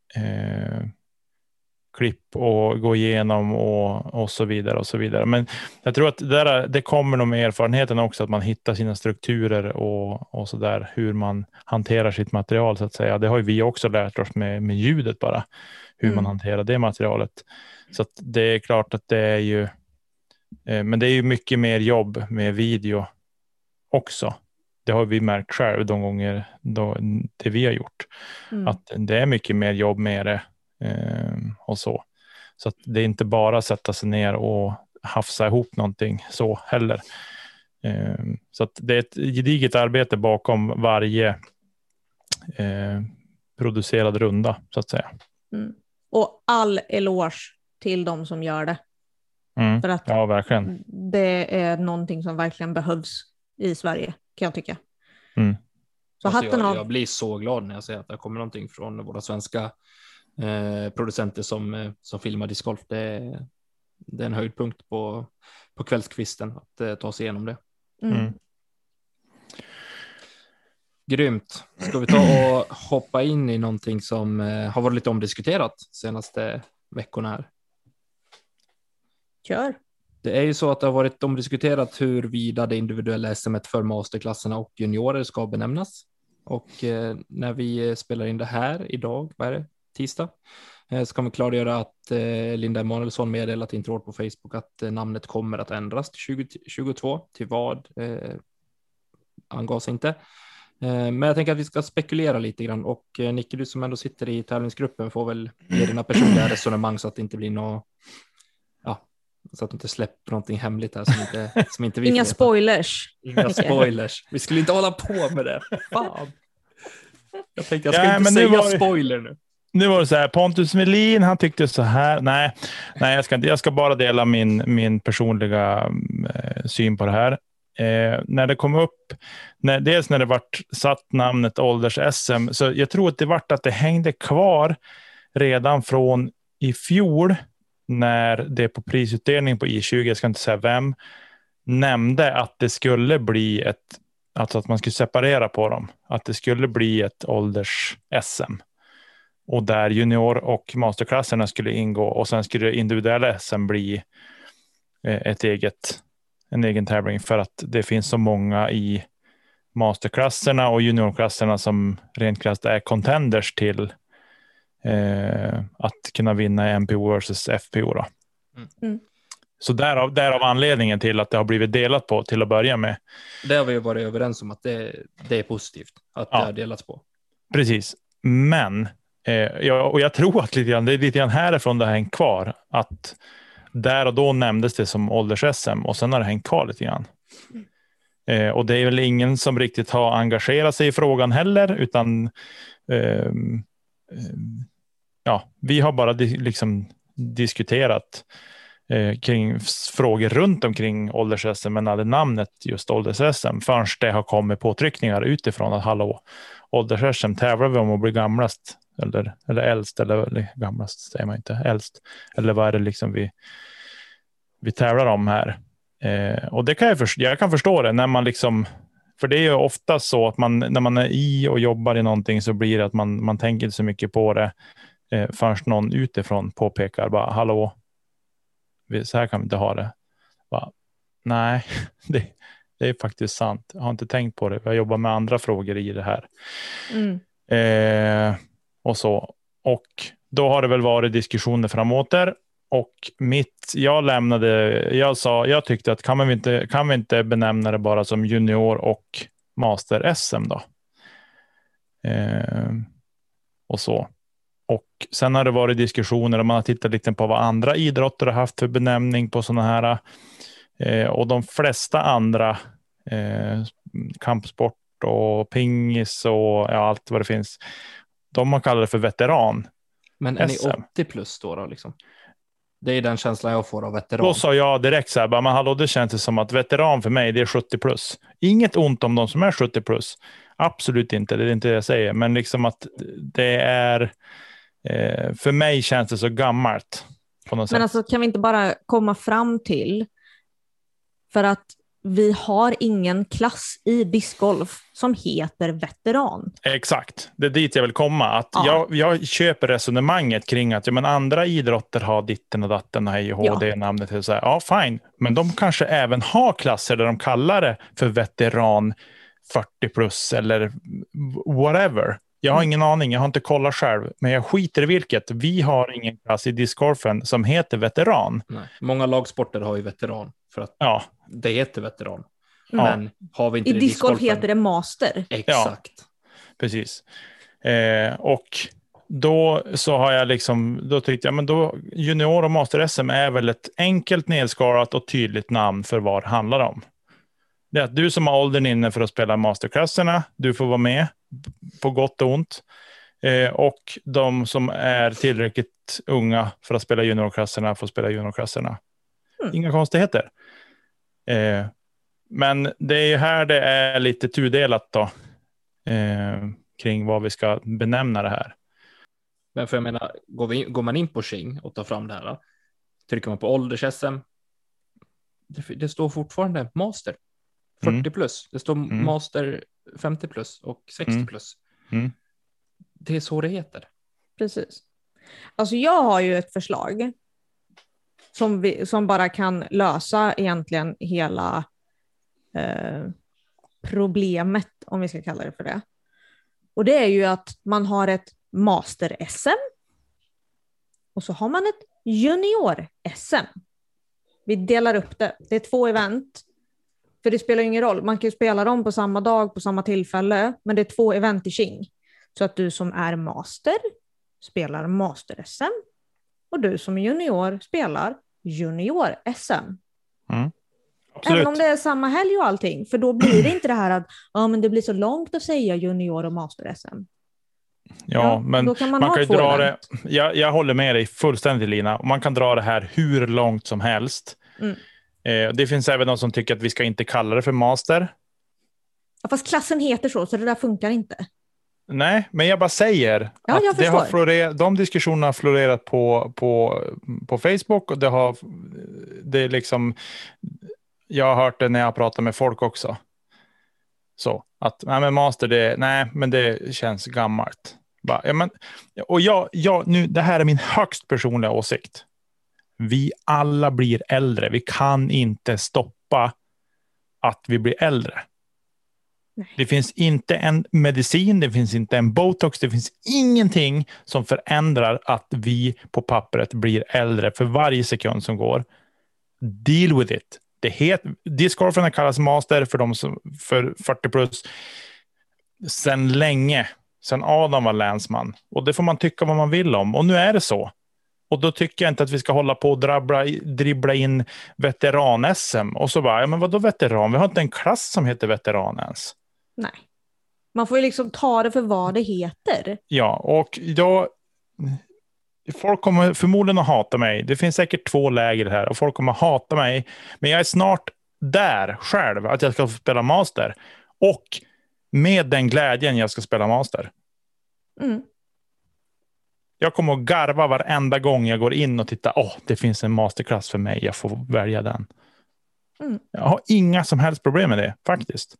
klipp och gå igenom och så vidare och så vidare. Men jag tror att det kommer nog med erfarenheten också, att man hittar sina strukturer och så där, hur man hanterar sitt material så att säga. Det har ju vi också lärt oss med ljudet bara, hur man hanterar det materialet. Så att det är klart att det är ju men det är ju mycket mer jobb med video också. Det har vi märkt själv de gånger det vi har gjort. Att det är mycket mer jobb med det och så. Så att det är inte bara sätta sig ner och hafsa ihop någonting så heller. Så att det är ett gediget arbete bakom varje producerad runda så att säga. Och all eloge till de som gör det. För att ja, verkligen. Det är någonting som verkligen behövs i Sverige, kan jag tycka. Så alltså hatten av. Jag blir så glad när jag ser att det kommer någonting från våra svenska producenter som filmar discgolf. Det är en höjdpunkt på kvällskvisten att ta sig igenom det. Grymt. Ska vi ta och hoppa in i någonting som har varit lite omdiskuterat senaste veckorna här? Kör. Det är ju så att det har varit omdiskuterat huruvida det individuella SM för masterklasserna och juniorer ska benämnas. Och när vi spelar in det här idag, vad är det? Tisdag, så kan vi klargöra att Linda Emanuelsson meddelat i en tråd på Facebook att namnet kommer att ändras till 2022. Till vad angavs inte. Men jag tänker att vi ska spekulera lite grann och Nicke, du som ändå sitter i tävlingsgruppen får väl ge dina personliga resonemang så att det inte blir något, så att du inte släpper någonting hemligt här som inte vi Inga får spoilers. Inga spoilers. Vi skulle inte hålla på med det. Fan. Jag tänkte jag ska inte men säga spoiler nu. Nu var det så här, Pontus Melin, han tyckte så här. Nej, jag ska inte. Jag ska bara dela min personliga syn på det här. När det kom upp, dels när det vart satt namnet ålders-SM, så jag tror att det hängde kvar redan från i fjol när det på prisutdelning på I20, jag ska inte säga vem, nämnde att det skulle bli alltså att man skulle separera på dem, att det skulle bli ett ålders-SM. Och där junior- och masterklasserna skulle ingå och sen skulle individuella SM bli en egen tävling för att det finns så många i masterklasserna och juniorklasserna som rent krasst är contenders till att kunna vinna MPO versus FPO då. Mm. Så därav anledningen till att det har blivit delat på till att börja med. Det har vi ju varit överens om att det är positivt att det har delats på. Precis, men och jag tror att det är lite grann härifrån det har hängt kvar att där och då nämndes det som ålders-SM och sen har det hängt kvar lite grann. Och det är väl ingen som riktigt har engagerat sig i frågan heller, utan vi har bara diskuterat kring frågor runt omkring ålders-SM, men aldrig namnet just ålders-SM förrän det har kommit påtryckningar utifrån att hallå, ålders-SM tävlar vi om att bli gamlast eller äldst, eller gamlast säger man inte, äldst, eller vad är det liksom vi tävlar om här. Och det kan jag kan förstå det när man liksom, för det är ju ofta så att när man är i och jobbar i någonting så blir det att man tänker inte så mycket på det förrän någon utifrån påpekar bara hallå, så här kan vi inte ha det. Bara, nej, det är faktiskt sant. Jag har inte tänkt på det. Jag jobbar med andra frågor i det här. Och så. Och då har det väl varit diskussioner framåt där. Och jag tyckte att kan vi inte benämna det bara som junior och master SM då. Och så. Och sen har det varit diskussioner och man har tittat lite på vad andra idrotter har haft för benämning på sådana här. Och de flesta andra kampsport och pingis och allt vad det finns, de har kallat det för veteran. Men är ni 80 plus då liksom? Det är den känslan jag får av veteran. Då sa jag direkt så här, men hallå, det känns det som att veteran för mig, det är 70 plus. Inget ont om de som är 70 plus. Absolut inte, det är inte det jag säger. Men liksom att det är, för mig känns det så gammalt på något sätt. Men alltså kan vi inte bara komma fram till, för att vi har ingen klass i discgolf som heter veteran. Exakt, det är dit jag vill komma. Att jag köper resonemanget kring att men andra idrotter har ditten och datten och hej och hå, det är namnet. Och så här, fine. Men de kanske även har klasser där de kallar det för veteran 40 plus eller whatever. Jag har ingen aning, jag har inte kollat själv. Men jag skiter i vilket. Vi har ingen klass i discgolfen som heter veteran. Nej. Många lagsporter har ju veteran för att det heter veteran. Men har vi inte i discgolf heter det master. Exakt. Ja, precis. Och då så har jag då tyckte jag, men då junior och master SM är väl ett enkelt nedskalat och tydligt namn för vad det handlar om. Det är att du som har åldern inne för att spela masterklasserna, du får vara med på gott och ont. Och de som är tillräckligt unga för att spela juniorklasserna får spela juniorklasserna. Inga konstigheter. Men det är ju här det är lite tudelat då. Kring vad vi ska benämna det här. Men för jag menar, går man in på Xing och tar fram det här, trycker man på ålders-SM, det står fortfarande master 40 plus. Det står master 50 plus och 60 plus. Det är så det heter. Precis. Alltså jag har ju ett förslag som bara kan lösa egentligen hela problemet, om vi ska kalla det för det. Och det är ju att man har ett master-SM och så har man ett junior-SM. Vi delar upp det. Det är 2 event. För det spelar ingen roll. Man kan ju spela dem på samma dag, på samma tillfälle. Men det är 2 event i King. Så att du som är master spelar master-SM. Och du som är junior spelar junior-SM. Absolut. Även om det är samma helg och allting. För då blir det inte det här att men det blir så långt att säga junior och master-SM. Ja, men då kan man kan ju 2 dra event. det. Jag håller med dig fullständigt, Lina. Man kan dra det här hur långt som helst. Det finns även de som tycker att vi ska inte kalla det för master. Ja, fast klassen heter så det där funkar inte. Nej, men jag bara säger att jag det har förstår. de diskussionerna har florerat på Facebook, och det är liksom, jag har hört det när jag pratar med folk också. Så att men master, men det känns gammalt. Nu, det här är min högst personliga åsikt. Vi alla blir äldre. Vi kan inte stoppa att vi blir äldre. Nej. Det finns inte en medicin, det finns inte en botox, det finns ingenting som förändrar att vi på pappret blir äldre för varje sekund som går. Deal with it. Discgolfen kallas master för de som för 40 plus sen länge. Sen Adam var länsman. Och det får man tycka vad man vill om. Och nu är det så. Och då tycker jag inte att vi ska hålla på och dribbla in veteran-SM. Och så bara, men vadå veteran? Vi har inte en klass som heter veteran ens. Nej. Man får ju liksom ta det för vad det heter. Ja, och folk kommer förmodligen att hata mig. Det finns säkert 2 läger här och folk kommer att hata mig. Men jag är snart där själv att jag ska få spela master. Och med den glädjen jag ska spela master. Jag kommer att garva varenda gång jag går in och tittar. Det finns en masterklass för mig. Jag får välja den. Jag har inga som helst problem med det, faktiskt.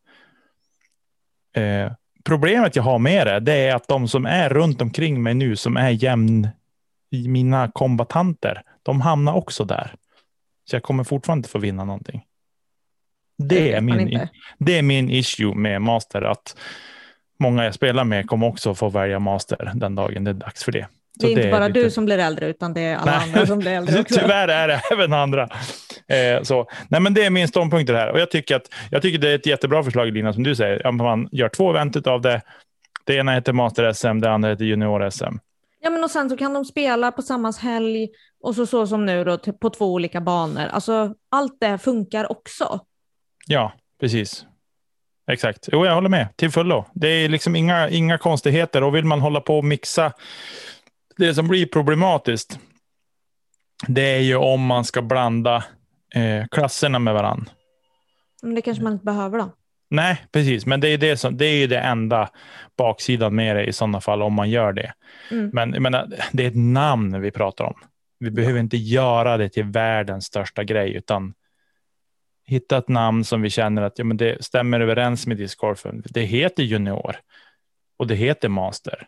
Problemet jag har med det är att de som är runt omkring mig nu, som är mina kombatanter, de hamnar också där. Så jag kommer fortfarande inte få vinna någonting. Det är min issue med master, att många jag spelar med kommer också få välja master den dagen det är dags för det. Det är inte bara du som blir äldre, utan det är alla andra som blir äldre också. Tyvärr är det även andra. Men det är min ståndpunkt det här. Och jag tycker det är ett jättebra förslag, Lina, som du säger. Att man gör 2 event av det. Det ena heter Master-SM, det andra heter Junior-SM. Ja, men och sen så kan de spela på samma helg och så som nu då, på 2 olika banor. Alltså, allt det funkar också. Ja, precis. Exakt. Jo, jag håller med till fullo. Det är liksom inga konstigheter, och vill man hålla på och mixa, det som blir problematiskt, det är ju om man ska blanda klasserna med varann. Men det kanske man inte behöver då. Nej, precis. Men det är ju det enda baksidan med det i sådana fall, om man gör det. Men det är ett namn vi pratar om. Vi behöver inte göra det till världens största grej, utan hitta ett namn som vi känner att det stämmer överens med discgolfen. Det heter junior och det heter master.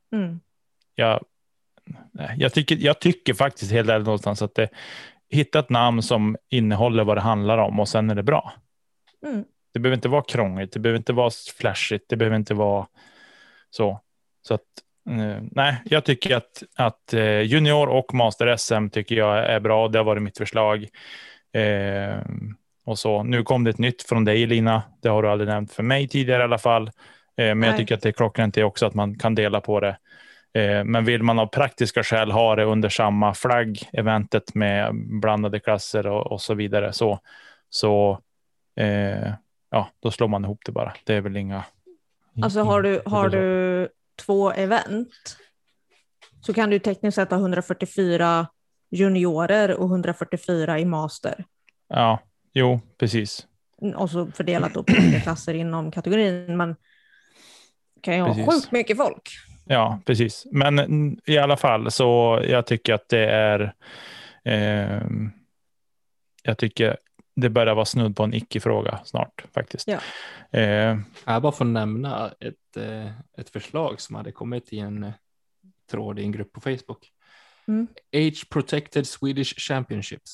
Jag tycker faktiskt helt ärligt någonstans att hitta ett namn som innehåller vad det handlar om, och sen är det bra. Det behöver inte vara krångligt, det behöver inte vara flashigt, det behöver inte vara så att jag tycker att junior och master SM tycker jag är bra. Det har varit mitt förslag. Och så nu kom det ett nytt från dig, Lina. Det har du aldrig nämnt för mig tidigare i alla fall. Men jag tycker att det är klockrent också att man kan dela på det. Men vill man av praktiska skäl ha det under samma flagg-eventet med blandade klasser och så vidare, så då slår man ihop det bara. Det är väl inga... Alltså har du 2 event, så kan du tekniskt sett ha 144 juniorer och 144 i master. Ja, jo, precis. Och så fördelat då på olika klasser inom kategorin. Man kan ju ha sjukt mycket folk. Ja, precis. Men i alla fall så jag tycker att det är jag tycker det börjar vara snudd på en icke-fråga snart faktiskt. Ja. Jag bara får nämna ett förslag som hade kommit i en tråd i en grupp på Facebook. Age Protected Swedish Championships.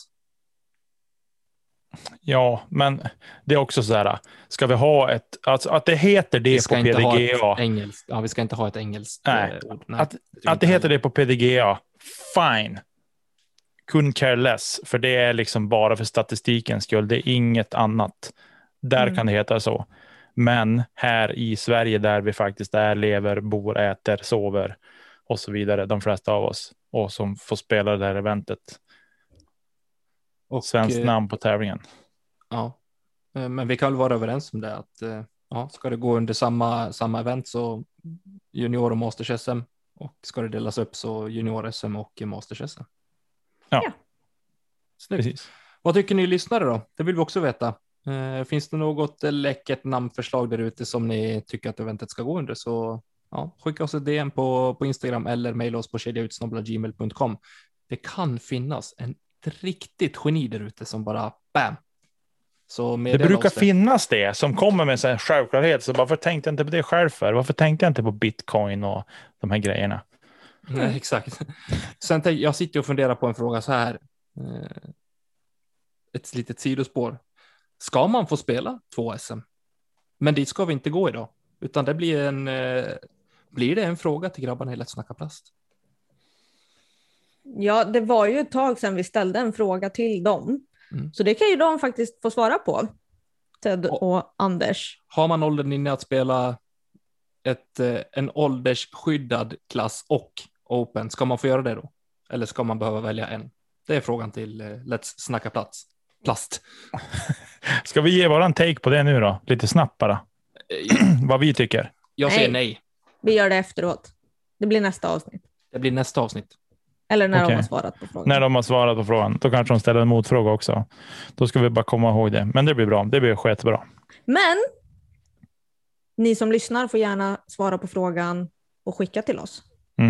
Ja, men det är också så här, ska vi ha alltså att det heter det på PDGA. Vi ska inte ha ett engelskt ord. Nej, att det heter det på PDGA, fine. Couldn't care less, för det är liksom bara för statistikens skull, det är inget annat. Där kan det heta så. Men här i Sverige där vi faktiskt lever, bor, äter, sover och så vidare, de flesta av oss, och som får spela det här eventet. Och svenskt namn på tävlingen. Ja, men vi kan väl vara överens om det att ska det gå under samma event så junior och masters SM, och ska det delas upp så junior SM och masters SM. Ja. Snyggt. Precis. Vad tycker ni lyssnare då? Det vill vi också veta. Finns det något läckert namnförslag där ute som ni tycker att eventet ska gå under, så skicka oss ett DM på Instagram eller mejla oss på kedjautsnabel@gmail.com. Det kan finnas en riktigt geni där ute som bara bam. Så det brukar finnas det som kommer med en självklarhet, så varför tänkte jag inte på det själv för? Varför tänkte jag inte på Bitcoin och de här grejerna? Nej, exakt. Sen jag sitter och funderar på en fråga så här. Ett litet sidospår. Ska man få spela 2 SM? Men dit ska vi inte gå idag. Utan det blir det en fråga till grabbarna i Lätt snacka plast? Ja, det var ju ett tag sedan vi ställde en fråga till dem. Så det kan ju de faktiskt få svara på. Ted och Anders. Har man åldern inne att spela en åldersskyddad klass och open, ska man få göra det då? Eller ska man behöva välja en? Det är frågan till Let's snacka plast. Ska vi ge våran take på det nu då? Lite snabbt bara. Vad vi tycker. Jag säger nej. Vi gör det efteråt. Det blir nästa avsnitt. Det blir nästa avsnitt. Eller när de har svarat på frågan. När de har svarat på frågan. Då kanske de ställer en motfråga också. Då ska vi bara komma ihåg det. Men det blir bra. Det blir skitbra. Men ni som lyssnar får gärna svara på frågan och skicka till oss.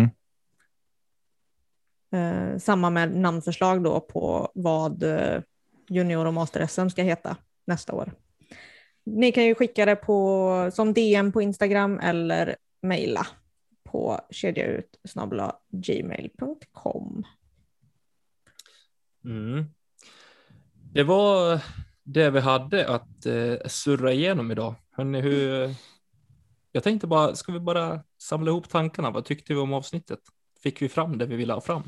Samma med namnförslag då på vad junior och master SM ska heta nästa år. Ni kan ju skicka det som DM på Instagram eller mejla på kedjautsnabel@gmail.com. Det var det vi hade att surra igenom idag. Hörrni, jag tänkte bara, ska vi bara samla ihop tankarna? Vad tyckte vi om avsnittet? Fick vi fram det vi ville ha fram?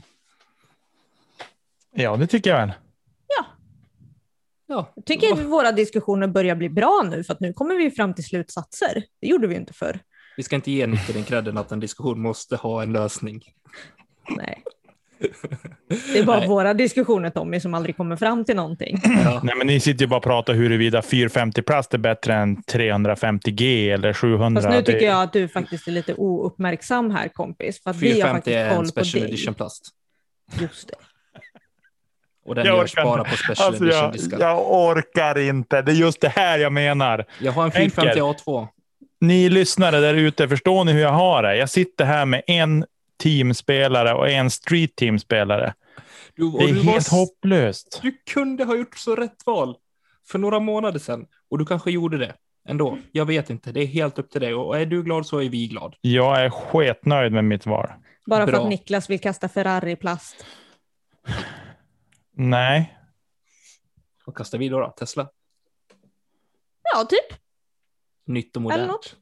Ja, det tycker jag väl. Ja. Jag tycker att våra diskussioner börjar bli bra nu, för att nu kommer vi fram till slutsatser. Det gjorde vi inte förr. Vi ska inte ge Nicke den credden att en diskussion måste ha en lösning. Nej. Det är bara våra diskussioner, Tommy, som aldrig kommer fram till någonting. Ja. Nej, men ni sitter ju bara och pratar huruvida 450 plast är bättre än 350G eller 700. Fast nu tycker jag att du faktiskt är lite ouppmärksam här, kompis. För att 450 är en special edition plast. Just det. Och den görs bara på special edition diskar. Jag orkar inte. Det är just det här jag menar. Jag har en 450 A2. Ni lyssnare där ute, förstår ni hur jag har det? Jag sitter här med en teamspelare och en street teamspelare. Det är helt hopplöst. Du kunde ha gjort så rätt val för några månader sedan. Och du kanske gjorde det ändå. Jag vet inte. Det är helt upp till dig. Och är du glad så är vi glad. Jag är sketnöjd med mitt val. Bara för att Niklas vill kasta Ferrari-plast. Nej. Vad kastar vi då? Tesla? Ja, typ. Nytt och modernt. Eller något.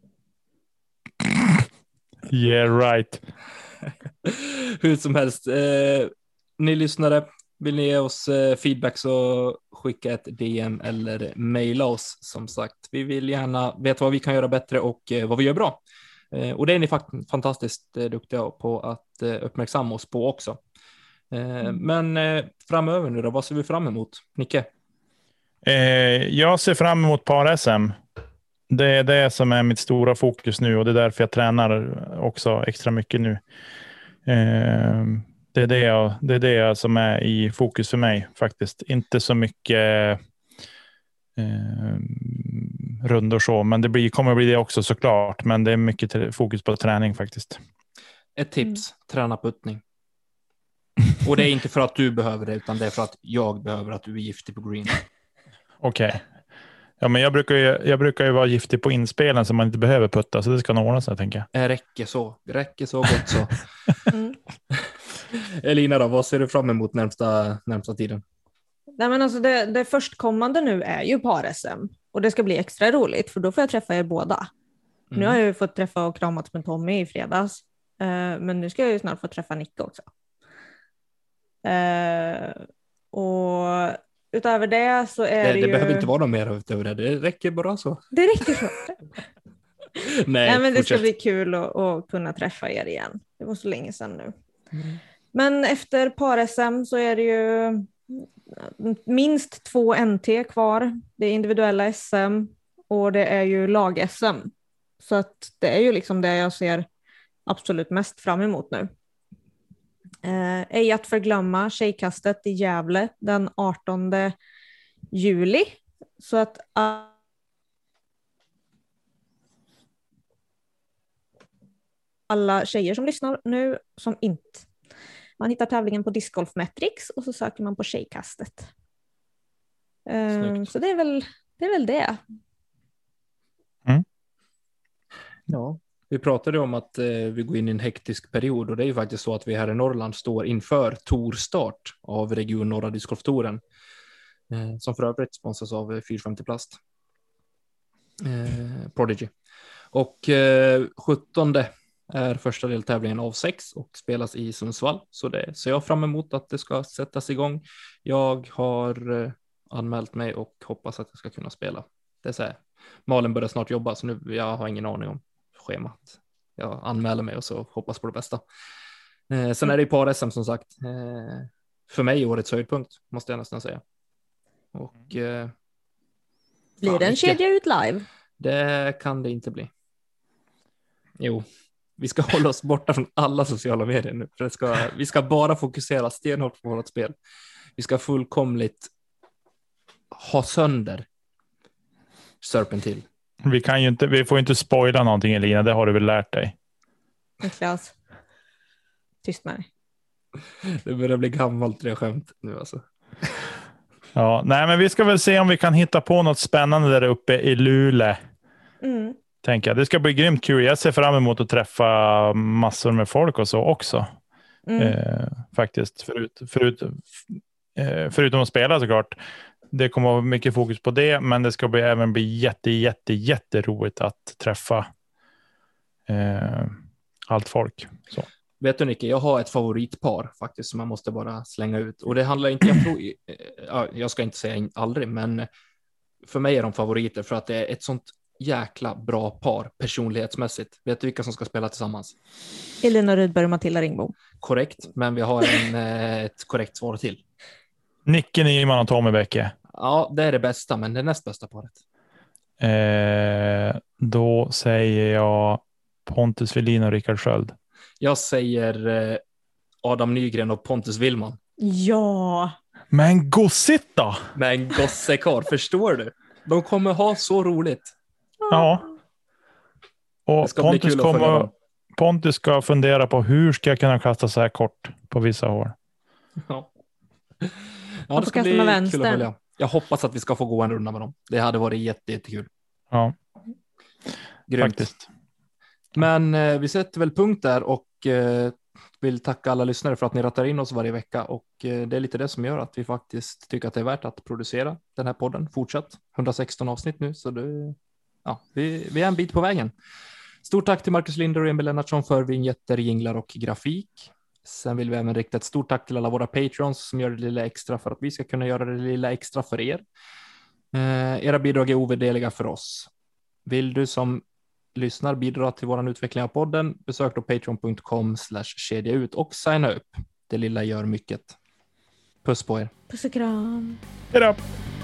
Yeah, right. Hur som helst. Ni lyssnare, vill ni ge oss feedback så skicka ett DM eller mejla oss, som sagt. Vi vill gärna veta vad vi kan göra bättre och vad vi gör bra. Och det är ni fantastiskt duktiga på att uppmärksamma oss på också. Men framöver nu då, vad ser vi fram emot? Nicke? Jag ser fram emot par-SM. Det är det som är mitt stora fokus nu, och det är därför jag tränar också extra mycket nu. Det är det som är i fokus för mig faktiskt. Inte så mycket rundor så, men det kommer bli det också såklart. Men det är mycket fokus på träning faktiskt. Ett tips, träna puttning. Och det är inte för att du behöver det, utan det är för att jag behöver att du är giftig på green. Okej. Ja, men jag brukar ju vara giftig på inspelen så man inte behöver putta, så det ska nog ordna sig, tänker jag. Det räcker så gott så. Elina då, vad ser du fram emot närmsta tiden? Nej, men alltså det förstkommande nu är ju par-SM. Och det ska bli extra roligt, för då får jag träffa er båda. Nu har jag ju fått träffa och kramats med Tommy i fredags. Men nu ska jag ju snart få träffa Nicke också. Och utöver det så är det ju... Det behöver inte vara något mer utöver det. Det räcker bara så. Det räcker så. Nej, men det ska fortsätt. bli kul att kunna träffa er igen. Det var så länge sedan nu. Men efter par-SM så är det ju minst 2 NT kvar. Det är individuella SM och det är ju lag-SM. Så att det är ju liksom det jag ser absolut mest fram emot nu. Ej att förglömma tjejkastet i Gävle den 18 juli. Så att alla tjejer som lyssnar nu som inte. Man hittar tävlingen på Disc Golf Metrics och så söker man på tjejkastet. Så det är väl det. Ja, vi pratade om att vi går in i en hektisk period och det är ju faktiskt så att vi här i Norrland står inför torstart av Region Norra Discgolftouren som för övrigt sponsras av 450 Plast. Prodigy. Och 17 är första deltävlingen av 6 och spelas i Sundsvall. Så det ser jag fram emot att det ska sättas igång. Jag har anmält mig och hoppas att jag ska kunna spela. Det är så här. Malin börjar snart jobba så nu jag har ingen aning om schemat. Jag anmäler mig och så hoppas på det bästa. Sen är det ju par-SM som sagt. För mig årets höjdpunkt måste jag nästan säga. Och blir det en kedja ut live? Det kan det inte bli. Jo, vi ska hålla oss borta från alla sociala medier nu. För vi ska bara fokusera stenhårt på vårt spel. Vi ska fullkomligt ha sönder Serpentil. Vi får inte spoila någonting, Elina. Det har du väl lärt dig? Niklas, tyst med dig. Det börjar bli gammalt det skämt nu alltså. Ja, nej, men vi ska väl se om vi kan hitta på något spännande där uppe i Luleå. Tänker jag. Det ska bli grymt kul. Jag ser fram emot att träffa massor med folk och så också. Faktiskt. Förutom att spela såklart. Det kommer att vara mycket fokus på det, men det ska även bli jätteroligt att träffa allt folk. Så. Vet du Nicke, jag har ett favoritpar faktiskt som jag måste bara slänga ut. Och det handlar inte, jag ska inte säga aldrig, men för mig är de favoriter för att det är ett sånt jäkla bra par personlighetsmässigt. Vet du vilka som ska spela tillsammans? Elina Rydberg och Matilda Ringbom. Korrekt, men vi har ett korrekt svar till. Nicke Nyman och Tommy Bäcke. Ja, det är det bästa, men det näst bästa paret. Då säger jag Pontus Welin och Rickard Sköld. Jag säger Adam Nygren och Pontus Willman. Ja. Men gossigt då? Men gossekar, förstår du? De kommer ha så roligt. Ja. Och Pontus ska fundera på hur ska jag kunna kasta så här kort på vissa hål. Ja, det ska bli kul att följa. Jag hoppas att vi ska få gå en runda med dem. Det hade varit jättekul. Ja. Grymt. Faktiskt. Men vi sätter väl punkt där och vill tacka alla lyssnare för att ni rattar in oss varje vecka och det är lite det som gör att vi faktiskt tycker att det är värt att producera den här podden fortsatt. 116 avsnitt nu så vi är en bit på vägen. Stort tack till Marcus Linder och Emil Lennartsson för vignetter, jinglar och grafik. Sen vill vi även rikta ett stort tack till alla våra patrons som gör det lilla extra för att vi ska kunna göra det lilla extra för er. Era bidrag är ovärderliga för oss. Vill du som lyssnar bidra till våran utveckling av podden, besök då patreon.com/kedjaut och signa upp. Det lilla gör mycket. Puss på er. Puss och kram. Hej då.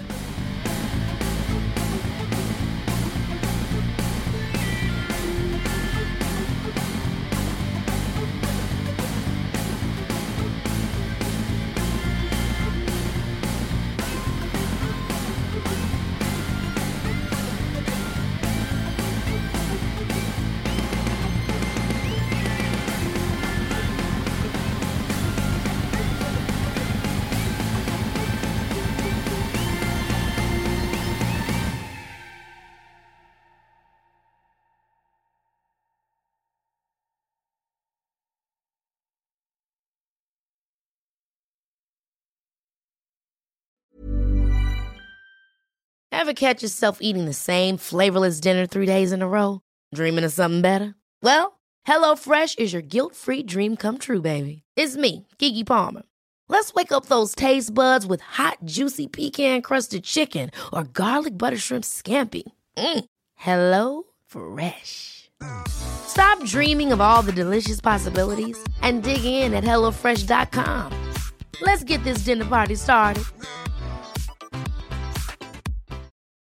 Ever catch yourself eating the same flavorless dinner 3 days in a row? Dreaming of something better? Well, HelloFresh is your guilt-free dream come true, baby. It's me, Keke Palmer. Let's wake up those taste buds with hot, juicy pecan-crusted chicken or garlic butter shrimp scampi. Hello Fresh. Stop dreaming of all the delicious possibilities and dig in at HelloFresh.com. Let's get this dinner party started.